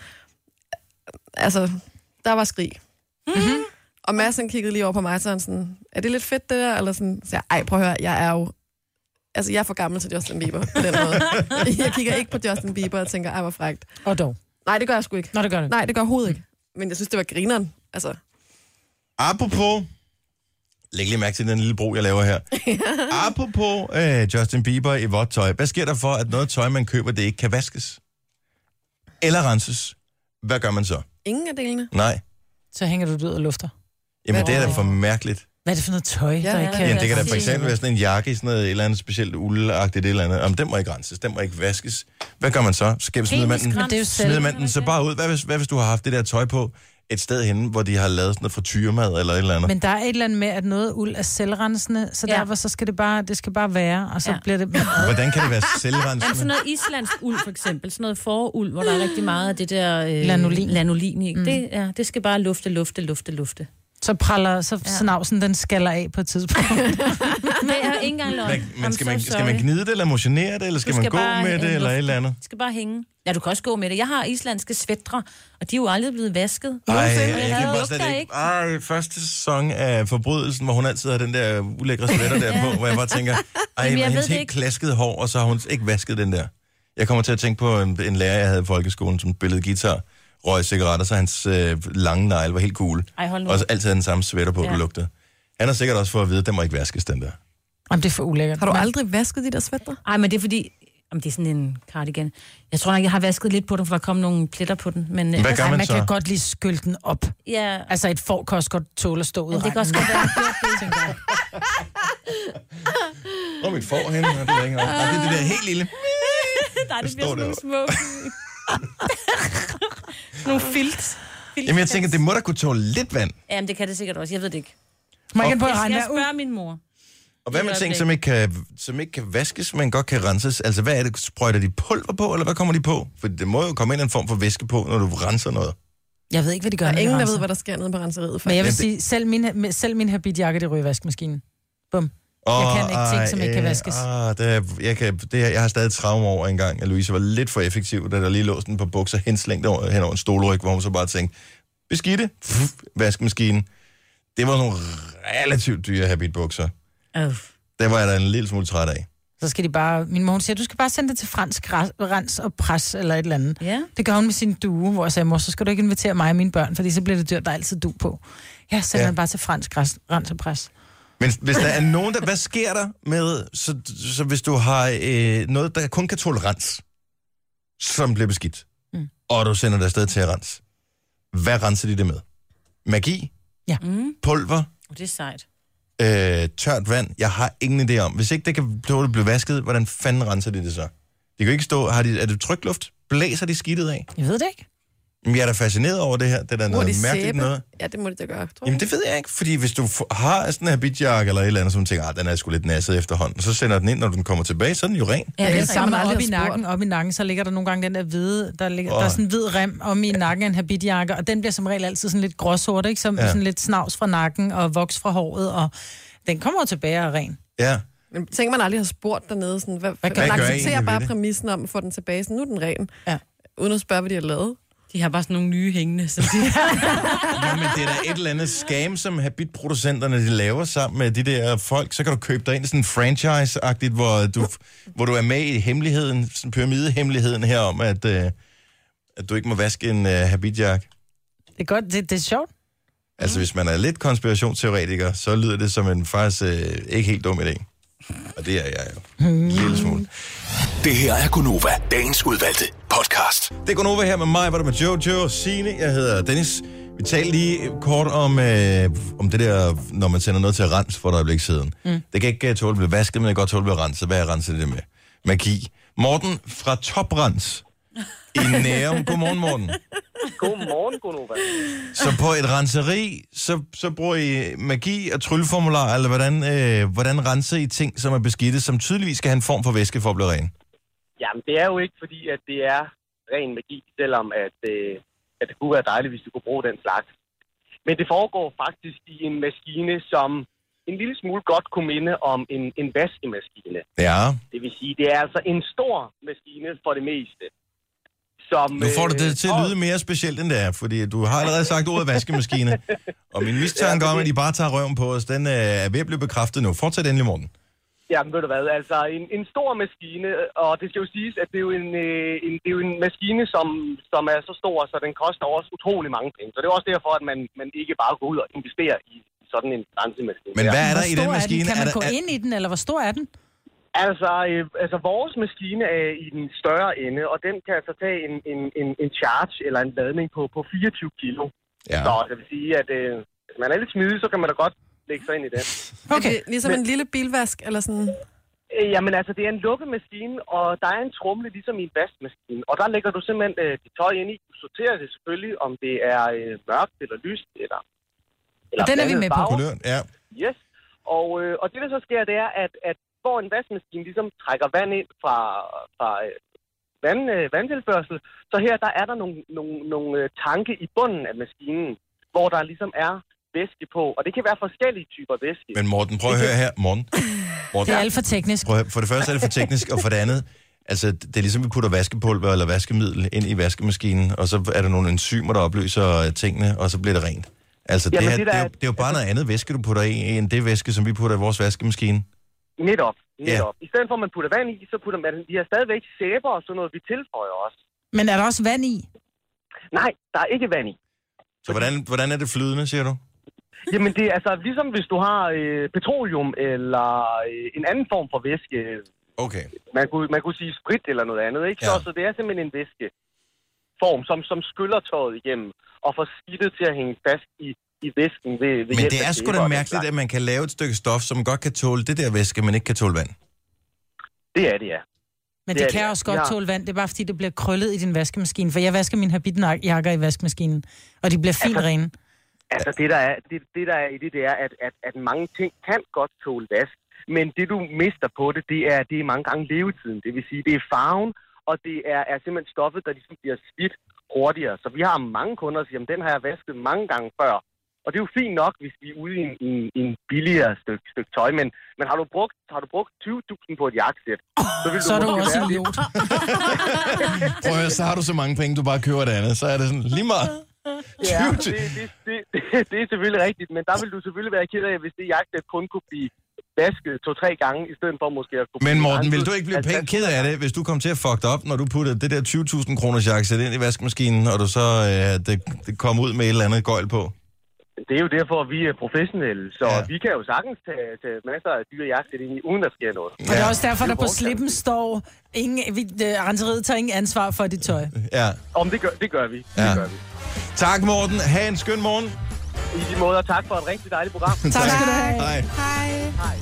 Altså, der var skrig. Mm-hmm. Og Madsen kiggede lige over på mig, så han sådan, er det lidt fedt det der? Eller sådan, så jeg, ej, prøv at høre, jeg er jo, altså jeg er for gammel til Justin Bieber på den måde. Jeg kigger ikke på Justin Bieber og tænker, ej, hvor frækt. Og dog. Nej, det gør jeg sgu ikke. Nå, det gør det. Nej, det gør jeg overhovedet ikke. Men jeg synes, det var grineren. Altså, Apropos, læg lige mærke til den lille bro, jeg laver her. Apropos øh, Justin Bieber i vådt tøj. Hvad sker der for, at noget tøj, man køber, det ikke kan vaskes? Eller renses? Hvad gør man så? ingen af delene. Nej. Så hænger du det ud og lufter. Jamen, Hvad? det er da for mærkeligt. Hvad er det for noget tøj, Ja, der ja. ikke kan... Jamen, det kan da for sige eksempel være sådan en jakke i sådan noget, et eller andet specielt uldagtigt et eller andet. Om den må ikke renses, den må ikke vaskes. Hvad gør man så? Skal smider man den, Men det er jo selv. smider man den så bare ud? Hvad hvis, hvad hvis du har haft det der tøj på et sted henne, hvor de har lavet sådan noget frityremad eller et eller andet? Men der er et eller andet med, at noget uld er selvrensende, så Ja. derfor så skal det bare, det skal bare være, og så Ja. ja. bliver det... Hvordan kan det være Men sådan selvrensende? noget islandsk uld, for eksempel. Sådan noget foruld, hvor der er rigtig meget af det der... Øh, Lanolin. Lanolin i. Mm. Det, ja, det skal bare lufte, lufte, lufte, lufte. Så praller, så ja. snavsen, den skaller af på et tidspunkt. Men jeg har ikke engang løgn. Men skal man, skal man gnide det, eller motionere det, eller skal, skal man gå bare, med det, eller et eller andet? Du skal bare hænge. Ja, du kan også gå med det. Jeg har islandske svætre, og de er jo aldrig blevet vasket. Ej, jeg, jeg, jeg kan bare slet ikke. ikke. Ej, første sæson af Forbrydelsen, hvor hun altid har den der ulækre svætter der på, hvor jeg bare tænker, ej, men hendes helt klasket hår, og så har hun ikke vasket den der. Jeg kommer til at tænke på en, en lærer, jeg havde i folkeskolen, som spillede guitar, røg cigaretter, så hans øh, lange negle var helt cool. Ej, og så altid den samme sweater på, ja. Der lugtede. Han har sikkert også fået at vide, at den må ikke vaskes, den der. Jamen, det er for ulækkert. Har du aldrig vasket de der sweater? Nej, men det er fordi... Jamen, det er sådan en cardigan. Jeg tror nok, jeg har vasket lidt på den, for der kom nogle pletter på den. Men, Hvad gør man, man så? kan godt lige skylde den op. Ja. Altså, et får kan også godt tåle at stå ud af det kan også godt være, det tænker jeg. Hvor er mit får henne? Det er, ikke det er det der helt lille. Nej, det bliver sådan nogle små... nogle filt. Jamen, jeg tænker, det må da kunne tåle lidt vand. Jamen, det kan det sikkert også. Jeg ved det ikke. Må jeg, jeg skal spørge min mor. Og hvad med ting, som ikke, kan, som ikke kan vaskes, men godt kan renses? Altså, hvad er det? Sprøjter de pulver på, eller hvad kommer de på? For det må jo komme ind en form for væske på, når du renser noget. Jeg ved ikke, hvad de gør. Der er ingen, der ved, hvad der sker nede på renseriet. Faktisk. Men jeg vil sige, selv min, selv min habitjakke, det ryger i vaskemaskinen. Bum. Oh, jeg kan ikke ting, som ikke kan vaskes. Ah, det er, jeg, kan, det er, jeg har stadig traume over en gang, at Louise var lidt for effektiv, da der lige lå sådan på bukser henslængt over, hen over en stolryg, hvor hun så bare tænkte, beskidte, pff, vaskemaskinen. Det var nogle relativt dyre habitbukser. Uh. Det var jeg da en lille smule træt af. Så skal de bare... Min mor siger, du skal bare sende det til fransk rens og pres eller et eller andet. Yeah. Det gør hun med sin due, hvor jeg sagde, mor, så skal du ikke invitere mig og mine børn, fordi så bliver det dyrt, der er altid du på. Jeg sender ja. bare til fransk rens og pres. Men hvis der er nogen, der... Hvad sker der med... Så, så hvis du har øh, noget, der kun kan tåle rens, som bliver beskidt, mm. og du sender det afsted til at rens, hvad renser de det med? Magi? Ja. Mm. Pulver? Det er sejt. Øh, tørt vand? Jeg har ingen idé om. Hvis ikke det kan blive vasket, hvordan fanden renser de det så? De kan jo ikke stå... Har de, er det trykluft? Blæser de skidtet af? Jeg ved det ikke. Men jeg er da fascineret over det her. Det er da noget de mærkeligt sæbe? noget. Ja, det må de da gøre, tror jeg. Jamen, det ved jeg ikke, fordi hvis du har sådan en habitjakke eller et eller andet, som tænker, ah, den er sgu lidt nasset efterhånden, så sender den ind, når den kommer tilbage, så er den jo ren. Ja, det er det samme aldrig op i har nakken, op i nakken, så ligger der nogle gange den der hvide, der, ligger, Oh. der er sådan en hvid rem om i nakken af en habitjakke, og den bliver som regel altid sådan lidt gråsort, ikke? Som Ja. sådan lidt snavs fra nakken og voks fra håret, og den kommer jo tilbage og er ren. Ja. Men tænker man aldrig har spurgt dernede, sådan, hvad, Hvad hvad gør- man Hvad gør I accepterer egentlig bare ved det? præmissen om at få den tilbage, sådan, nu er den ren. Ja. Uden at spørge, hvad de har lavet. De har bare sådan nogle nye hængende, som de Ja, men det er da et eller andet scam, som habitproducenterne de laver sammen med de der folk. Så kan du købe dig ind i sådan en franchise-agtigt, hvor du, hvor du er med i hemmeligheden, sådan pyramidehemmeligheden her om, at, øh, at du ikke må vaske en øh, habitjakke. Det er godt, det, det er sjovt. Altså, hvis man er lidt konspirationsteoretiker, så lyder det som en faktisk øh, ikke helt dum idé. Og det er jeg jo. En lille smule. Det her er Gunova, dagens udvalgte podcast. Det går over her med mig, hvor der med Jojo og Signe. Jeg hedder Dennis. Vi talte lige kort om, øh, om det der, når man sender noget til at rense for et øjeblik siden. Mm. Det kan ikke tåle at blive vasket, men det kan godt tåle at blive renset. Hvad er renset det med? Magi. Morten fra Toprens i Nærum. Godmorgen, Morten. Godmorgen, Gunova. Så på et renseri, så, så bruger I magi og trylleformular, eller hvordan, øh, hvordan renser I ting, som er beskidte, som tydeligvis skal have en form for væske for at blive ren? Jamen, det er jo ikke fordi, at det er ren magi, selvom at, øh, at det kunne være dejligt, hvis du kunne bruge den slags. Men det foregår faktisk i en maskine, som en lille smule godt kunne minde om en, en vaskemaskine. Ja. Det vil sige, det er altså en stor maskine for det meste. Som, Nu får du det til at øh, lyde mere specielt, end det er, fordi du har allerede sagt ordet vaskemaskine. Og min mistanke om, at de bare tager røven på os, den er ved at blive bekræftet nu. Fortsæt endelig, Morten. Jamen, ved du hvad, altså en, en stor maskine, og det skal jo siges, at det er jo en, øh, en, det er jo en maskine, som, som er så stor, så den koster også utrolig mange penge. Så det er også derfor, at man, man ikke bare går ud og investerer i sådan en rensemaskine. Men hvad er der Hvor i stor den er maskine? Kan man er der, gå er, ind i den, eller hvor stor er den? Altså, øh, altså, vores maskine er i den større ende, og den kan altså tage en, en, en, en charge eller en ladning på, på fireogtyve kilo. Ja. Så det vil sige, at øh, hvis man er lidt smidig, så kan man da godt lægge sig ind i den. Okay. Det er ligesom Men- en lille bilvask, eller sådan. Øh, Jamen altså, det er en lukket maskine, og der er en tromle ligesom i en vaskemaskine. Og der lægger du simpelthen øh, dit tøj ind i. Du sorterer det selvfølgelig, om det er øh, mørkt eller lyst, eller, eller den er vi blandede med på. farver. kuløren? Ja. Yes. Og, øh, og det, der så sker, det er, at, at hvor en vaskemaskine ligesom trækker vand ind fra, fra øh, vand, øh, vandtilførsel, så her der er der nogle, nogle, nogle øh, tanke i bunden af maskinen, hvor der ligesom er væske på, og det kan være forskellige typer væske. Men Morten, prøv at høre her. Morten. Morten. Det er alt for teknisk. Prøv at, for det første er det for teknisk, og for det andet, altså det er ligesom, vi putter vaskepulver eller vaskemiddel ind i vaskemaskinen, og så er der nogle enzymer, der opløser tingene, og så bliver det rent. Altså det, Jamen, her, det, det, er, er, jo, det er jo bare noget andet væske, du putter i, end det væske, som vi putter i vores vaskemaskine. Netop, netop. Ja. I stedet for, at man putter vand i, så putter man, de har stadigvæk sæber og sådan noget, vi tilføjer også. Men er der også vand i? Nej, der er ikke vand i. Så hvordan, hvordan er det flydende, siger du? Jamen det er altså ligesom hvis du har øh, petroleum eller øh, en anden form for væske. Okay. Man kunne, man kunne sige sprit eller noget andet, ikke? Så, Ja. så det er simpelthen en væskeform, som, som skyller tøjet igennem og får skidtet til at hænge fast i, i væsken ved, ved Men hjælp det af er sgu sæber da og den mærkeligt, slags. at man kan lave et stykke stof, som godt kan tåle det der væske, men ikke kan tåle vand. Det er det, ja. Men Det det, er det kan det. også godt Ja. tåle vand. Det er bare, fordi det bliver krøllet i din vaskemaskine. For jeg vasker mine habitjakker i vaskemaskinen, og de bliver fint Altså, rene. Altså det der er, det, det der er i det, det er, at, at, at mange ting kan godt tåle vask, men det du mister på det, det er, det er mange gange levetiden. Det vil sige, det er farven, og det er, er simpelthen stoffet, der ligesom bliver slidt hurtigere. Så vi har mange kunder, der siger, at den har jeg vasket mange gange før. Og det er jo fint nok, hvis vi er ude i en, en, en billigere stykke, stykke tøj, men, men har du brugt, har du brugt tyve tusind på et jakkesæt, så vil du Så er du måske også være en lidt- idiot. Prøv at høre, så har du så mange penge, du bare køber det andet. Så er det sådan lige meget. Ja, det, det, det, det, det er selvfølgelig rigtigt, men der vil du selvfølgelig være ked af, hvis det jakkesæt kun kunne blive vasket to-tre gange, i stedet for måske at kunne... Men blive Morten, vil renset du ikke blive halvtreds pænt ked af det, hvis du kom til at fuck det op, når du puttede det der tyve tusind kroners jakkesæt ind i vaskemaskinen, og du så øh, det, det kom ud med et eller andet gøjl på? Det er jo derfor, at vi er professionelle, så Ja. ja. vi kan jo sagtens tage, tage masser af dyre jakkesæt ind i, uden der sker noget. Og det er også derfor, Det er der på vores slippen står, ingen, vi, øh, renseriet tager ingen ansvar for dit tøj. Ja. Om det gør, det gør vi. Ja. Det gør vi. Tak, Morten. Ha' en skøn morgen. I lige måde, og tak for et rigtig dejligt program. Tak skal du have. Hej. Hej.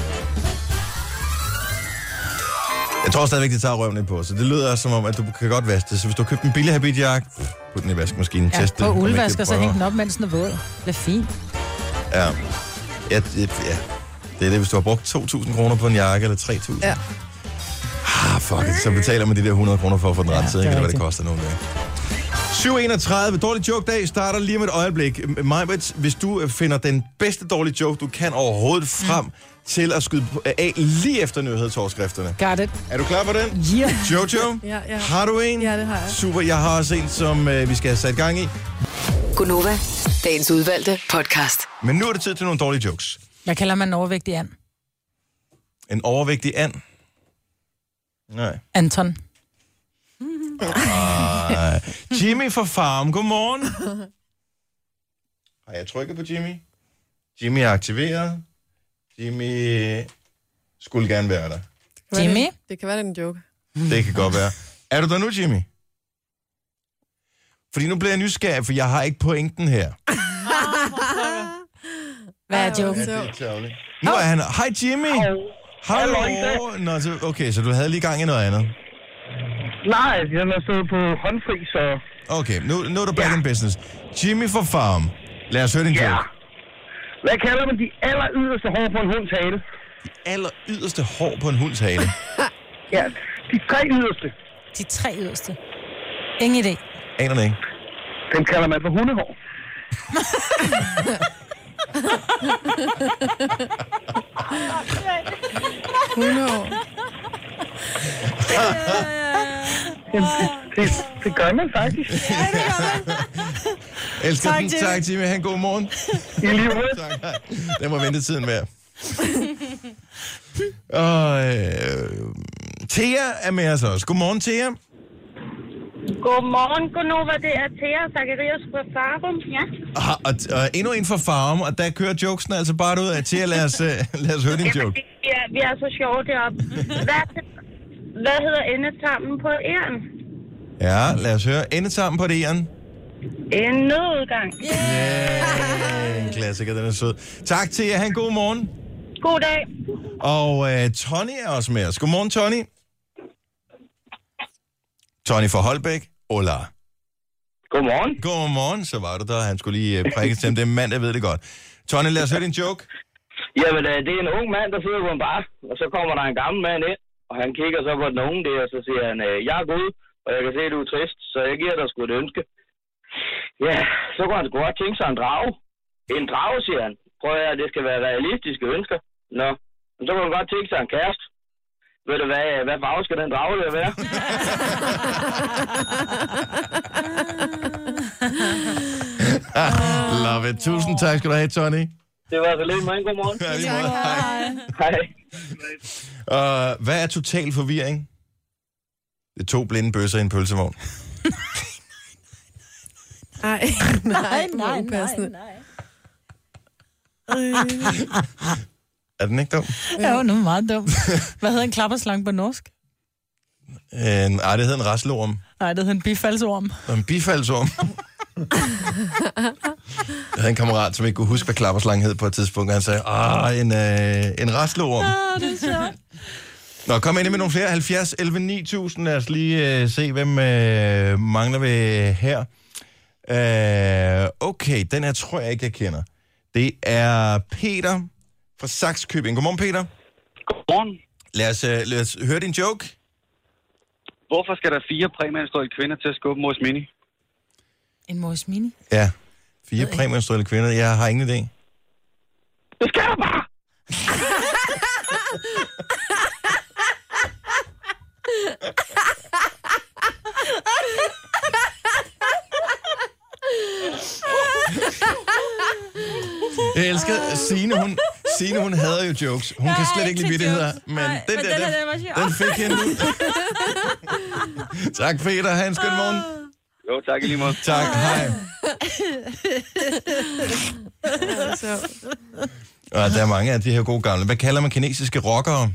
Jeg tror stadigvæk, det tager røven lidt på, så det lyder som om, at du kan godt vaske det. Så hvis du har købt en billig habitjakke, put den i vaskemaskinen, Ja, test det. på om ikke det uldvasker, så prøver. hæng den op, mens den er våd. Det bliver fint. Ja. Ja, det, ja. Det er det, hvis du har brugt to tusind kroner på en jakke, eller tre tusind. Ja. Ah, fuck it. Så betaler man de der hundrede kroner for at få den Ja, renset, det er ikke? Eller hvad det rigtigt. koster nogle dage. syv enogtredive. Dårlig joke-dag starter lige om et øjeblik. Majbrit, hvis du finder den bedste dårlige joke, du kan overhovedet frem mm. til at skyde af lige efter nyhedsoverskrifterne. Got it. Er du klar på den? Yeah. Jojo? Ja, ja. Har du en? Ja, det har jeg. Super, jeg har også en, som øh, vi skal have sat gang i. Gunova, dagens udvalgte podcast. Men nu er det tid til nogle dårlige jokes. Hvad kalder man en overvægtig and? En overvægtig and? Nej. Anton. Uh, Jimmy fra Farm, godmorgen. Har jeg trykket på Jimmy? Jimmy er aktiveret. Jimmy skulle gerne være der. Jimmy? Det kan være, det er en joke. Det kan godt være. Er du der nu, Jimmy? Fordi nu bliver jeg nysgerrig, for jeg har ikke pointen her. Hvad er Ej, hvor joken? sjovt. Det er tavligt. Nu er han... Hej, Jimmy! Hallo! Nå, så, okay, så du havde lige gang i noget andet. Nej, jeg har stået på håndfri, så... Okay, nu, nu er du back in business. Jimmy fra Farm. Lad os høre din Ja. joke. Hvad kalder man de aller yderste hår på en hunds hale? Aller yderste hår på en hunds hale. Ja, de tre yderste. De tre yderste. Ingen idé. Aner det ikke. Dem kalder man for hundehår. hundrede. Jamen, det, det, det gør man faktisk. Elsker Tak, den. Jimmy. Tak, Jimmy. Han god morgen. I lige måde. Tak. hej. Den må vente tiden med. Og øh, Thea er med os også. Godmorgen, Thea. Godmorgen, Gunova. Det er Thea Zacharias fra Farum. Ja. Og, og, og endnu en fra Farm, og der kører jokesen altså bare ud af Thea. Lad os, uh, lad os høre din joke. Vi er, vi er så sjove deroppe. Hvad, hvad hedder endetarmen på æren? Ja, lad os høre. Endetarmen på det æren. En nødudgang. Yeah. En klassiker, den er sød. Tak, Thea. Ha' en god morgen. God dag. Og uh, Tony er også med os. Godmorgen, Tony. Tony fra Holbæk. Hola. Godmorgen. Godmorgen, så var du der. Han skulle lige uh, prikke til ham. Det er mand, jeg ved det godt. Tony, lad os høre din joke. Jamen, øh, det er en ung mand, der sidder på en bar, og så kommer der en gammel mand ind, og han kigger så på den unge der, og så siger han, øh, jeg er god, og jeg kan se, at du er trist, så jeg giver dig sgu et ønske. Ja, så kunne han sgu godt tænke sig en drage. En drage, siger han. Prøv at det skal være realistiske ønsker. Nå, men så kan man godt tænke sig en kæreste. Ved du hvad, hvad farve skal den drage der være? Love it. Tusind tak skal du have, Tony. Det var så lidt, meget god morgen. Ja, lige måde. Hej. Hej. Uh, hvad er total forvirring? Det er to blinde bøsser i en pølsevogn. Ej, nej, nej, nej, nej. Er den ikke dum? Ja, jo, nu er meget dum. Hvad hedder en klapperslange på norsk? Uh, nej, det hedder en rasleorm. Nej, det hedder en bifaldsorm. En bifaldsorm. Jeg havde en kammerat, som ikke kunne huske, hvad klapperslangen hed på et tidspunkt. Han sagde, ah, en, øh, en rasleorm. Ah, det er sjovt. Nå, kom ind med nogle flere. halvfjerds elleve ni tusind. Lad os lige øh, se, hvem øh, mangler vi her. Øh, okay, den her tror jeg ikke, jeg kender. Det er Peter fra Sakskøbing. Godmorgen, Peter. Godmorgen. Lad os, øh, lad os høre din joke. Hvorfor skal der fire præmenstruelle kvinder til at skubbe Mors Mini? En Mors Mini? Ja, fire præmenstruelle kvinder. Jeg har ingen idé. Det skal du bare! Jeg elsker Signe, hun, Signe, hun hader jo jokes. Hun kan slet ikke lide vittigheder, men Nej, den men der, den, den, den, den, den fik hende ud. Tak, Peter. Ha' en skøn morgen. Jo, tak i lige måde. Tak, hej. Og der er mange af de her gode gamle. Hvad kalder man kinesiske rockere?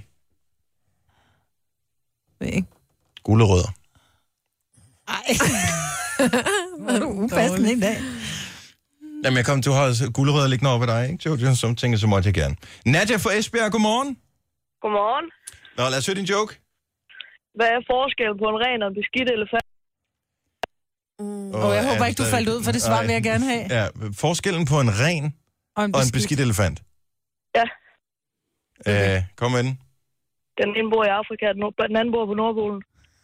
Gulerødder. Ej. Hvor er du upassende i dag. Jamen, jeg kom, du har også gulerødder liggende over ved dig, ikke, Jojo? Som tænker, så måtte jeg gerne. Nadia fra Esbjerg, godmorgen. Godmorgen. Nå, lad os høre din joke. Hvad er forskellen på en ren og en beskidt elefant? Mm. Og jeg håber ikke, du faldt ud, for det svar vil jeg gerne have. Ja, forskellen på en ren og en beskidt, og en beskidt elefant. Ja. Okay. Øh, kom med den. Den ene bor i Afrika, den anden bor på Nordpolen.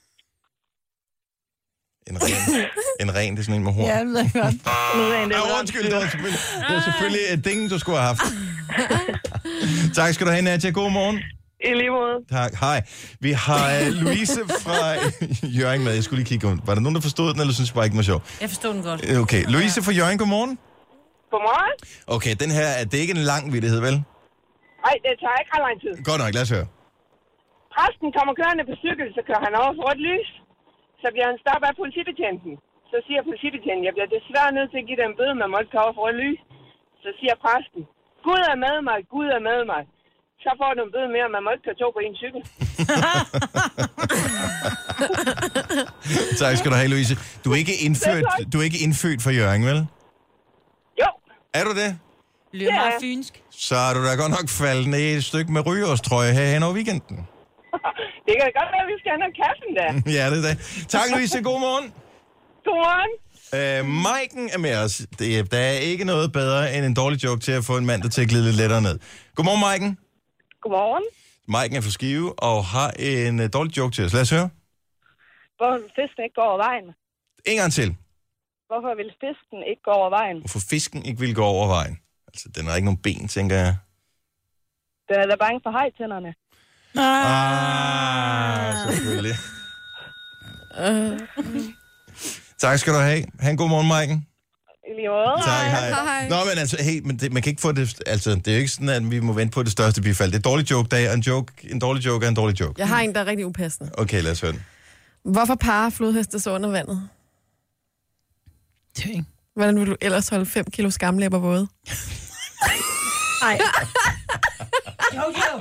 En ren, en ren, det er sådan en med horn. Ja, det er godt. En ren, det er oh, undskyld, det var selvfølgelig, det var selvfølgelig et ding, du skulle have haft. Tak skal du have, Nadia. God morgen. I lige måde. Tak, hej. Vi har uh, Louise fra Hjørring med. Jeg skulle lige kigge. Var der nogen, der forstod den, eller synes jeg bare ikke var sjov? Jeg forstod den godt. Okay, Louise fra Hjørring, godmorgen. Godmorgen. Okay, den her, er det ikke en lang vittighed, vel? Nej, det tager ikke ret lang tid. Godt nok, lad os høre. Præsten kommer kørende på cykel, så kører han over for rødt lys. Så bliver han stoppet af politibetjenten. Så siger politibetjenten, jeg bliver desværre nødt til at give dig en bøde, man må ikke køre over for rødt lys. Så siger præsten, Gud er med mig, Gud er med mig. Så får du en bøde mere, man må ikke køre to på en cykel. Tak skal du have, Louise. Du er ikke indfødt, du er ikke indfødt for Hjørring, vel? Jo. Er du det? Lyder ja. meget fynsk. Så er du da godt nok faldet ned i et stykke med rygeårstrøje her hen over weekenden. Det kan godt være, at vi skal have noget kaffen der. Ja, det er det. Tak, Louise. God morgen. God morgen. Øh, Maiken er med os. Det, der er ikke noget bedre end en dårlig joke til at få en mand, der til at glide lidt lettere ned. Godmorgen, Maiken. Godmorgen. Maiken er fra Skive og har en uh, dårlig joke til os. Lad os høre. Hvorfor vil fisken ikke gå over vejen? En gang til. Hvorfor vil fisken ikke gå over vejen? Hvorfor fisken ikke vil gå over vejen? Altså, den har ikke nogen ben, tænker jeg. Den er da bange for hajtænderne. Ah, selvfølgelig. Tak skal du have. Ha' en god morgen, Maiken. I lige måde. Tak, hej. hej. Nå, men altså, hey, men det, man kan ikke få det, altså, det er jo ikke sådan, at vi må vente på det største bifald. Det er dårlig joke dag, og en, joke, en dårlig joke er en dårlig joke. Jeg har en, der er rigtig upassende. Okay, lad os høre den. Hvorfor parer flodheste så under vandet? Tænk. Hvordan vil du ellers holde fem kilo skamlæber våde? Ej. Jo, jo.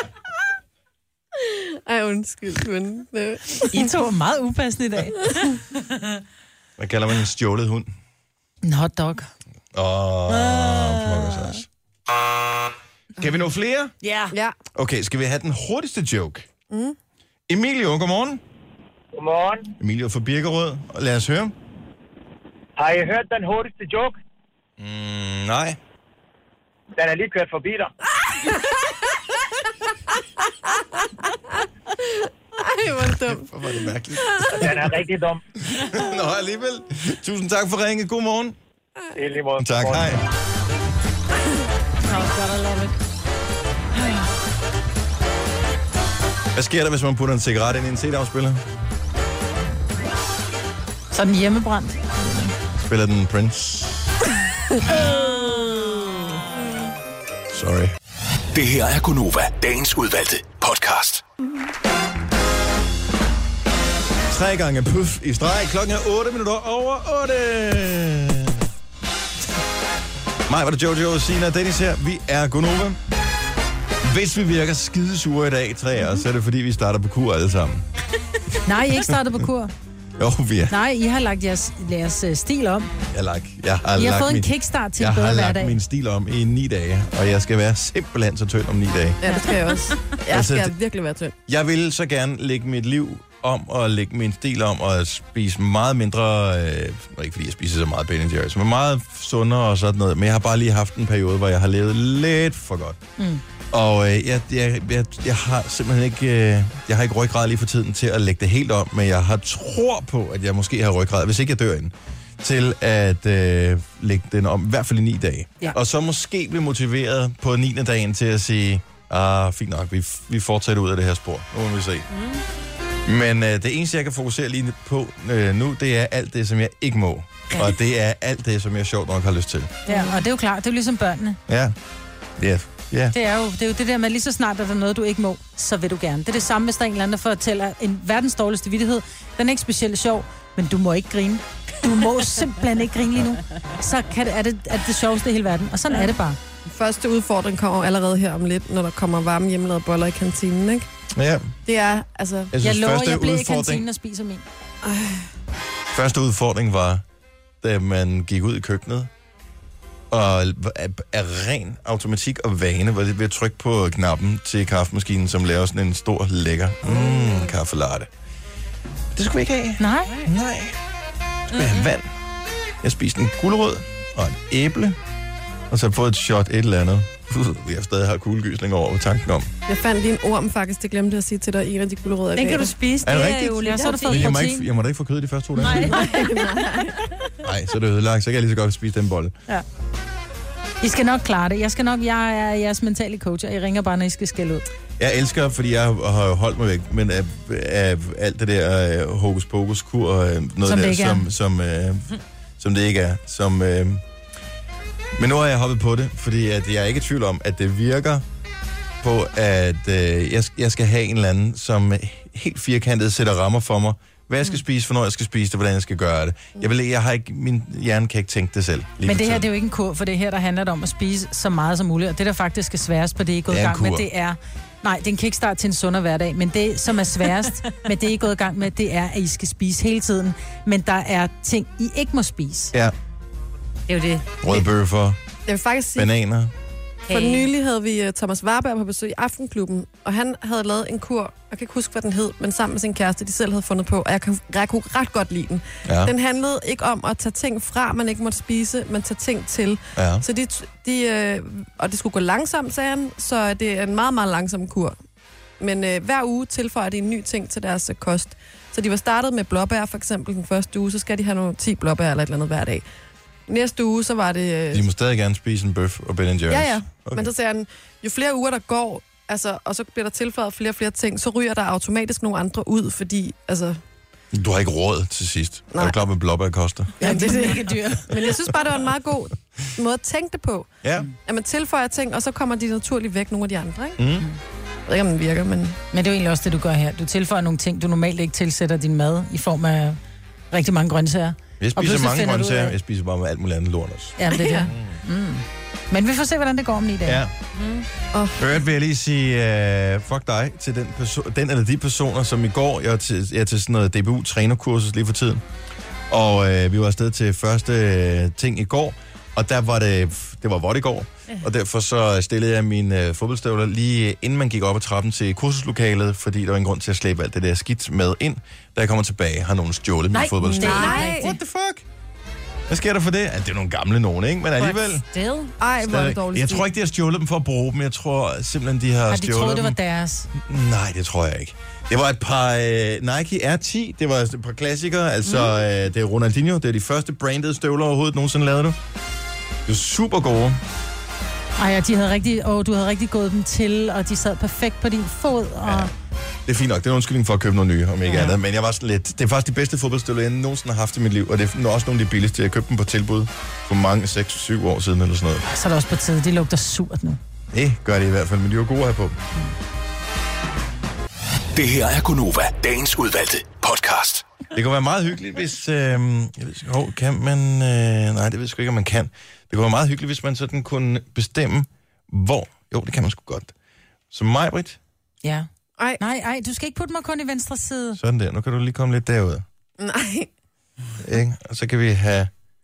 Ej, undskyld, men... I to er meget upassende i dag. Hvad kalder man en stjålet hund? En hotdog. Åh, oh, også. Kan vi nå flere? Ja. Ja. Okay, skal vi have den hurtigste joke? Mm. Emilio, godmorgen. Godmorgen. Emilio fra Birkerød. Lad os høre. Har I hørt den hurtigste joke? Mm, nej. Den er lige kørt forbi dig. Ej, hvor dumt. Hvor var det mærkeligt. Den er rigtig dum. Nå, alligevel. Tusind tak for ringet. God morgen. I lige måde. Tak, hej. gotta love it. Hvad sker der, hvis man putter en cigaret ind i en C D-afspiller? Så er den hjemmebrændt. Spiller den Prince? Sorry. Det her er Gunova, dagens udvalgte podcast. Tre gange puff i streg. Klokken er otte minutter over otte. Mig var det Jojo, Sina og Dennis her. Vi er Gunova. Hvis vi virker skidesure i dag, tre af os, så er det fordi, vi starter på kur alle sammen. Nej, I ikke startet på kur. Jo, vi er. Nej, I har lagt jeres, jeres uh, stil om. Jeg har, lagt, jeg har, I har lagt fået min, en kickstart til jeg en bedre har lagt hverdag. min stil om i ni dage, og jeg skal være simpelthen så tynd om ni dage. Ja, det skal jeg også. Jeg Altså, skal det- virkelig være tynd. Jeg vil så gerne lægge mit liv om og lægge min stil om og spise meget mindre, øh, ikke fordi jeg spiser så meget Ben and Jerry's, men meget sundere og sådan noget. Men jeg har bare lige haft en periode, hvor jeg har levet lidt for godt. Mm. Og øh, jeg, jeg, jeg, jeg har simpelthen ikke, øh, jeg har ikke ryggrad lige for tiden til at lægge det helt om, men jeg har tror på, at jeg måske har ryggrad, hvis ikke jeg dør inden, til at øh, lægge den om, i hvert fald i ni dage. Ja. Og så måske blive motiveret på niende dagen til at sige, ah, fint nok, vi, vi fortsætter ud af det her spor. Nu må vi se. Mm. Men øh, det eneste, jeg kan fokusere lige på øh, nu, det er alt det, som jeg ikke må. Ja. Og det er alt det, som jeg sjovt nok har lyst til. Ja, og det er jo klart, det er jo ligesom børnene. Ja. Ja. Ja. Det er, jo, det er jo det der med, lige så snart er der noget, du ikke må, så vil du gerne. Det er det samme, hvis der er en eller anden, der fortæller en verdens dårligste vittighed. Den er ikke specielt sjov, men du må ikke grine. Du må simpelthen ikke grine lige nu. Så kan det, er, det, er det det sjoveste i hele verden. Og sådan er det bare. Første udfordring kommer allerede her om lidt, når der kommer varme hjemmelavede boller i kantinen, ikke? Ja. Det er, altså... Jeg Jeg, synes, jeg lover, første jeg bliver i udfordring- kantinen og spiser min. Øh. Første udfordring var, da man gik ud i køkkenet, og af, af ren automatik og vane var det ved at trykke på knappen til kaffemaskinen, som laver sådan en stor, lækker mm, kaffelatte. Det skulle vi ikke have. Nej. Nej. Skal vi have vand? Jeg spiste en gulerod og et æble, og så har jeg fået et shot et eller andet. Vi har stadig har kuldegysning over tanken om. Jeg fandt lige en orm, faktisk. Det glemte jeg at sige til dig. En af de gulerødder, jeg Den gav kan du dig. spise. Er det Det er rigtigt? jo Ja, så har du fået Men jeg må, protein. ikke, jeg må da ikke få kød de første to dage. Nej. Nej, så er det ødelagt. Så kan jeg lige så godt spise den bolle. Ja. I skal nok klare det. Jeg skal nok, jeg er jeres mentale coach, og I ringer bare, når I skal skælde ud. Jeg elsker, fordi jeg har jo holdt mig væk, men af, af alt det der uh, hokus pokus kur, uh, noget Som det der, ikke er. som, som, uh, som det ikke er. Som, uh, men nu har jeg hoppet på det, fordi at jeg er ikke i tvivl om, at det virker på, at uh, jeg, jeg skal have en eller anden, som helt firkantet sætter rammer for mig, hvad jeg skal spise, hvornår jeg skal spise det, hvordan jeg skal gøre det. Jeg, vil, jeg har ikke, min hjerne kan ikke tænke det selv. Lige Men for det her, tiden. det er jo ikke en kur, for det her, der handler det om at spise så meget som muligt. Og det, der faktisk er sværest på det, I er gået Det i er en gang med, kur. det er... Nej, det er en kickstart til en sundere hverdag. Men det, som er sværest med det, I er gået i gang med, det er, at I skal spise hele tiden. Men der er ting, I ikke må spise. Ja, Det er jo det. rødbøffer, Jeg vil faktisk sige, bananer. for nylig havde vi uh, Thomas Warberg på besøg i Aftenklubben, og han havde lavet en kur, jeg kan ikke huske, hvad den hed, men sammen med sin kæreste, de selv havde fundet på, og jeg, kan, jeg kunne ret godt lide den. Ja. Den handlede ikke om at tage ting fra, man ikke måtte spise, men tage ting til. Ja. Så de, de, øh, og det skulle gå langsomt, sagde han, så det er en meget, meget langsom kur. Men øh, hver uge tilføjer de en ny ting til deres øh, kost. Så de var startet med blåbær, for eksempel den første uge, så skal de have nogle ti blåbær eller et eller andet hver dag. Næste uge, så var det... Øh, De må stadig gerne spise en bøf og Ben and Jerry's. Ja, ja. Okay. Okay. Men så siger han, jo flere uger der går, altså, og så bliver der tilføjet flere og flere ting, så ryger der automatisk nogle andre ud, fordi, altså... Du har ikke råd til sidst. Nej. Er du klar, hvad blåbær koster? Ja, det, det, Mega dyr. men jeg synes bare, det var en meget god måde at tænke det på. Ja. At man tilføjer ting, og så kommer de naturligt væk, nogle af de andre, ikke? Mm. Jeg ved ikke, om den virker, men... Men det er jo egentlig også det, du gør her. Du tilføjer nogle ting, du normalt ikke tilsætter din mad i form af rigtig mange grøntsager. Jeg Og spiser pludselig mange finder du ud grøntsager. af- Jeg spiser bare med alt muligt andet lort også. Ja, det er det. Mm. Men vi får se, hvordan det går om ni dage. Ja. Mm. Oh. Øvrigt vil jeg lige sige, uh, fuck dig til den, perso- den eller de personer, som i går, jeg er til, jeg er til sådan noget D B U-trænerkursus lige for tiden, og uh, vi var afsted til første uh, ting i går, og der var det, det var vådt i går, og derfor så stillede jeg mine uh, fodboldstøvler lige inden man gik op ad trappen til kursuslokalet, fordi der var ingen grund til at slæbe alt det der skidt med ind. Da jeg kommer tilbage, har nogen stjålet mine fodboldstøvler. Nej. What the fuck? Hvad sker der for det? Ja, det er nogle gamle nogen, ikke? Men alligevel... Still. Ej, hvor er det Stadig. dårligt. Jeg tror ikke, de har stjålet dem for at bruge dem. Jeg tror simpelthen, de har Har de stjålet troede, det var dem. deres? Nej, det tror jeg ikke. Det var et par øh, Nike R ti. Det var et par klassikere. Altså, mm. øh, det er Ronaldinho. Det er de første branded støvler overhovedet nogensinde lavede du. Det er super gode. Ej, og de havde rigtig, åh, du havde rigtig gået dem til, og de sad perfekt på din fod. Og... Ja. Det er fint nok. Det er en undskyldning for at købe nogle nye, om ikke ja. andet. Men jeg var sådan lidt... Det er faktisk de bedste fodboldstøvler, jeg nogensinde har haft i mit liv. Og det er også nogle af de billigste. Jeg købte dem på tilbud for mange, seks syv år siden eller sådan noget. Så er det også på tide. De lugter surt nu. Det gør det i hvert fald, men de var gode her på. Det her er Gonova, dagens udvalgte podcast. Det kunne være meget hyggeligt, hvis... Øh, jeg ved ikke, oh, kan man... Øh, nej, det ved jeg sgu ikke, om man kan. Det kunne være meget hyggeligt, hvis man sådan kunne bestemme, hvor... Jo, det kan man sgu godt. Så Maj-Brit? Ja. Ej. Nej, ej, du skal ikke putte mig kun i venstre side. Sådan der. Nu kan du lige komme lidt derud. Nej. Ikke? Og så kan vi have...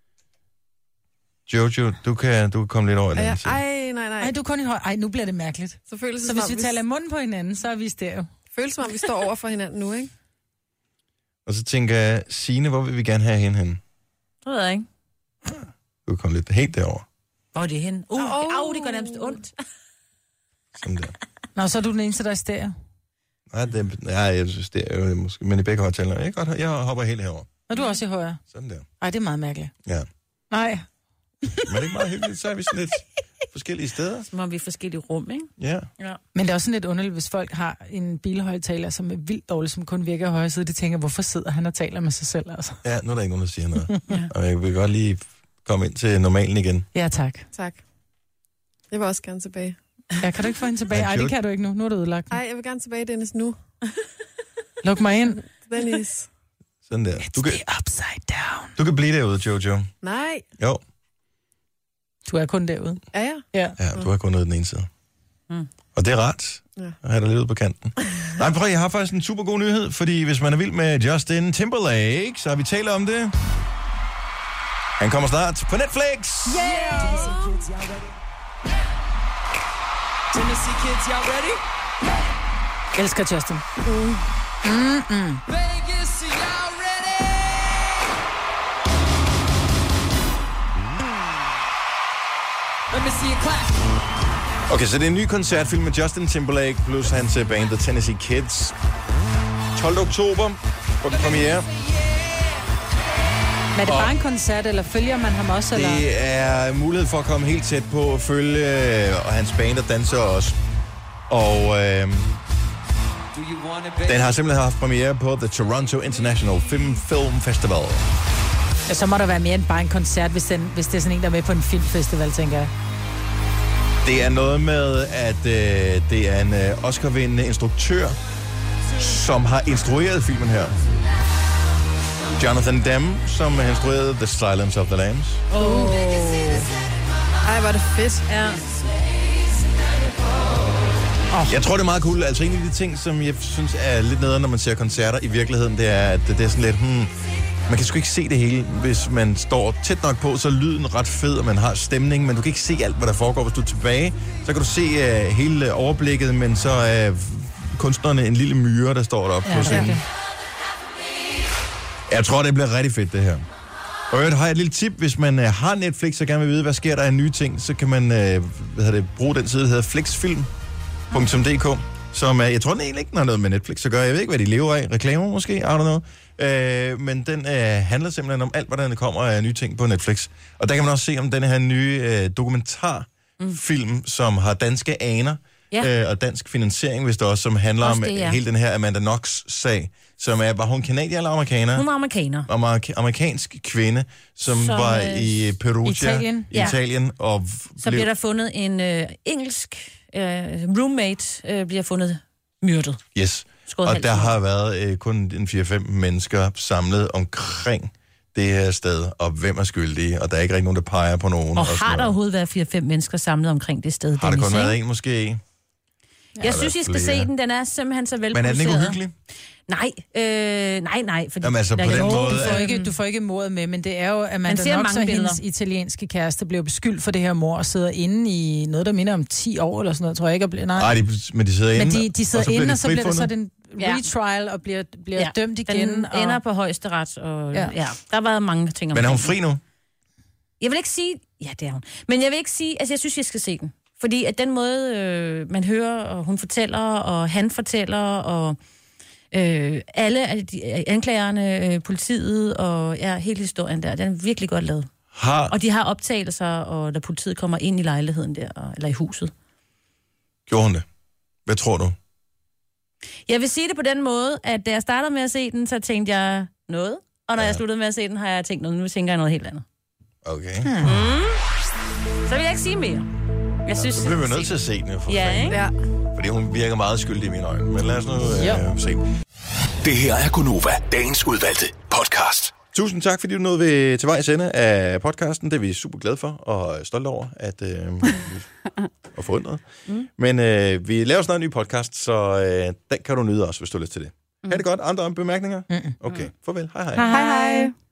Jojo, du kan, du kan komme lidt over i den Ej, side. ej, nej, nej. Ej, du er kun i høj. Ej, nu bliver det mærkeligt. Så, føles det, så hvis som, vi taler munden på hinanden, så er vi stereo. Føles som om, vi står over for hinanden nu, ikke? Og så tænker jeg, Signe, hvor vil vi gerne have hende hen? Det ved jeg ikke. Du kan komme lidt helt derover. Hvor er det henne? Uh, Au. au, det gør nærmest ondt. Sådan der. Nå, så er du den eneste, der er stereo. Nej, det, ja, jeg synes, det er jo måske, men i begge højtaler. Jeg, godt, jeg hopper helt herover. Og du er også i højre. Sådan der. Ej, det er meget mærkeligt. Ja. Nej. Men det er ikke meget hyggeligt, så er vi sådan lidt forskellige steder. Som om vi er forskellige rum, ikke? Ja. Ja. Men det er også sådan lidt underligt, hvis folk har en bilhøjtaler, som er vildt dårlig, som kun virker i højre side. De tænker, hvorfor sidder han og taler med sig selv, altså? Ja, nu er der ikke nogen, der siger noget. Ja. Og jeg vil godt lige komme ind til normalen igen. Ja, tak. Tak. Jeg vil også gerne tilbage. Ja, kan du ikke få hende tilbage? Nej, det kan du ikke nu. Nu er du ødelagt. Nej, jeg vil gerne tilbage, Dennis, nu. Luk mig ind. Dennis. Sådan der. Du kan, upside down. du kan blive derude, Jojo. Nej. Jo. Du er kun derude. Er jeg? Ja. Ja, du har kun noget den ene side. Mm. Og det er ret. Ja. At have dig lidt ude på kanten. Nej, prøv, jeg har faktisk en super god nyhed, fordi hvis man er vild med Justin Timberlake, så har vi talt om det. Han kommer snart på Netflix. Yeah! Tennessee kids, y'all ready? Elsker Justin. Mm. Mm-mm. Vegas, y'all ready? Let me see you clap. Okay, så det er en ny koncertfilm med Justin Timberlake plus hans band The Tennessee Kids. tolvte oktober på den premiere. Men er det Og- bare en koncert, eller følger man ham også? Eller? Det er mulighed for at komme helt tæt på og følge og hans band og danser også. Og øh, den har simpelthen haft premiere på The Toronto International Film Film Festival. Ja, så må der være mere end bare en koncert, hvis, den, hvis det er sådan en, der er med på en filmfestival, tænker jeg. Det er noget med, at øh, det er en øh, Oscar-vindende instruktør, som har instrueret filmen her. Jonathan Demme, som har instrueret The Silence of the Lambs. Oh. Ej, hvor er det fedt. Ja. Oh. Jeg tror, det er meget cool. Altså en af de ting, som jeg synes er lidt nederen, når man ser koncerter i virkeligheden, det er, at det er sådan lidt, hmm, man kan sgu ikke se det hele, hvis man står tæt nok på, så er lyden ret fed, og man har stemning, men du kan ikke se alt, hvad der foregår. Hvis du er tilbage, så kan du se uh, hele overblikket, men så er uh, kunstnerne en lille myre, der står deroppe ja, på scenen. Okay. Jeg tror, det bliver rigtig fedt, det her. Og jeg har et lille tip, hvis man uh, har Netflix og gerne vil vide, hvad sker der af nye ting, så kan man uh, hvad hedder det, bruge den side, der hedder flexfilm punktum d k, som uh, jeg tror, den egentlig ikke har noget med Netflix at gøre. Jeg ved ikke, hvad de lever af. Reklamer måske? I don't know. Uh, men den uh, handler simpelthen om alt, hvad der kommer af nye ting på Netflix. Og der kan man også se om den her nye uh, dokumentarfilm, mm. som har danske aner ja. uh, og dansk finansiering, hvis det også, som handler også om det, ja. hele den her Amanda Knox-sag, som er, var hun kanadier eller amerikaner? Hun var amerikaner. Amerika- amerikansk kvinde, som, som var øh, i Perugia, Italien, i Italien ja. og så blev... bliver der fundet en øh, engelsk øh, roommate, øh, bliver fundet myrdet. Yes, Skåret og halsen. der har været øh, kun en fire fem mennesker samlet omkring det her sted, og hvem er skyldige, og der er ikke rigtig nogen, der peger på nogen. Og, og har der overhovedet været fire fem mennesker samlet omkring det sted? Har der kun Dennis, været en måske? Jeg ja, synes, I skal flere. se den. Den er simpelthen så velproduceret. Men er den ikke uhyggelig? Nej, øh, nej, nej. Fordi Jamen altså, på den måde... Du får, ikke, du får ikke mordet med, men det er jo, at man nok så hendes italienske kæreste blev beskyldt for det her mord og sidder inde i noget, der minder om ti år eller sådan noget, tror jeg ikke. Nej, nej de, men de sidder inde. Men de, de sidder og inde, og så bliver det så den retrial og bliver, bliver ja, dømt igen. Den og... ender på højesteret, og ja. ja, der har været mange ting om. Men er hun fri nu? Jeg vil ikke sige... Ja, det er hun. Men jeg vil ikke sige... Altså, jeg synes, jeg skal se den. Fordi at den måde, øh, man hører, og hun fortæller, og han fortæller, og øh, alle de, anklagerne, øh, politiet, og ja, hele historien der, den er virkelig godt lavet. Har... Og de har optagelser, og da politiet kommer ind i lejligheden der, eller i huset. Gjorde hun det? Hvad tror du? Jeg vil sige det på den måde, at da jeg startede med at se den, så tænkte jeg noget. Og når ja. jeg sluttede med at se den, har jeg tænkt noget. Nu tænker jeg noget helt andet. Okay. Hmm. Mm. Så vil jeg ikke sige mere. Jeg synes, så bliver vi nødt til at se den. For ja, ikke? Ja. Fordi hun virker meget skyldig i mine øjne. Men lad os nu øh, se den. Det her er Gonova, dagens udvalgte podcast. Tusind tak, fordi du nåede ved, til vejs ende af podcasten. Det er vi super glade for og stolte over at, øh, og forundret. Mm. Men øh, vi laver snart en ny podcast, så øh, den kan du nyde også, hvis du har lyst til det. Mm. Ha' det godt. Andre bemærkninger? Mm. Okay, farvel. Hej hej. Hej hej.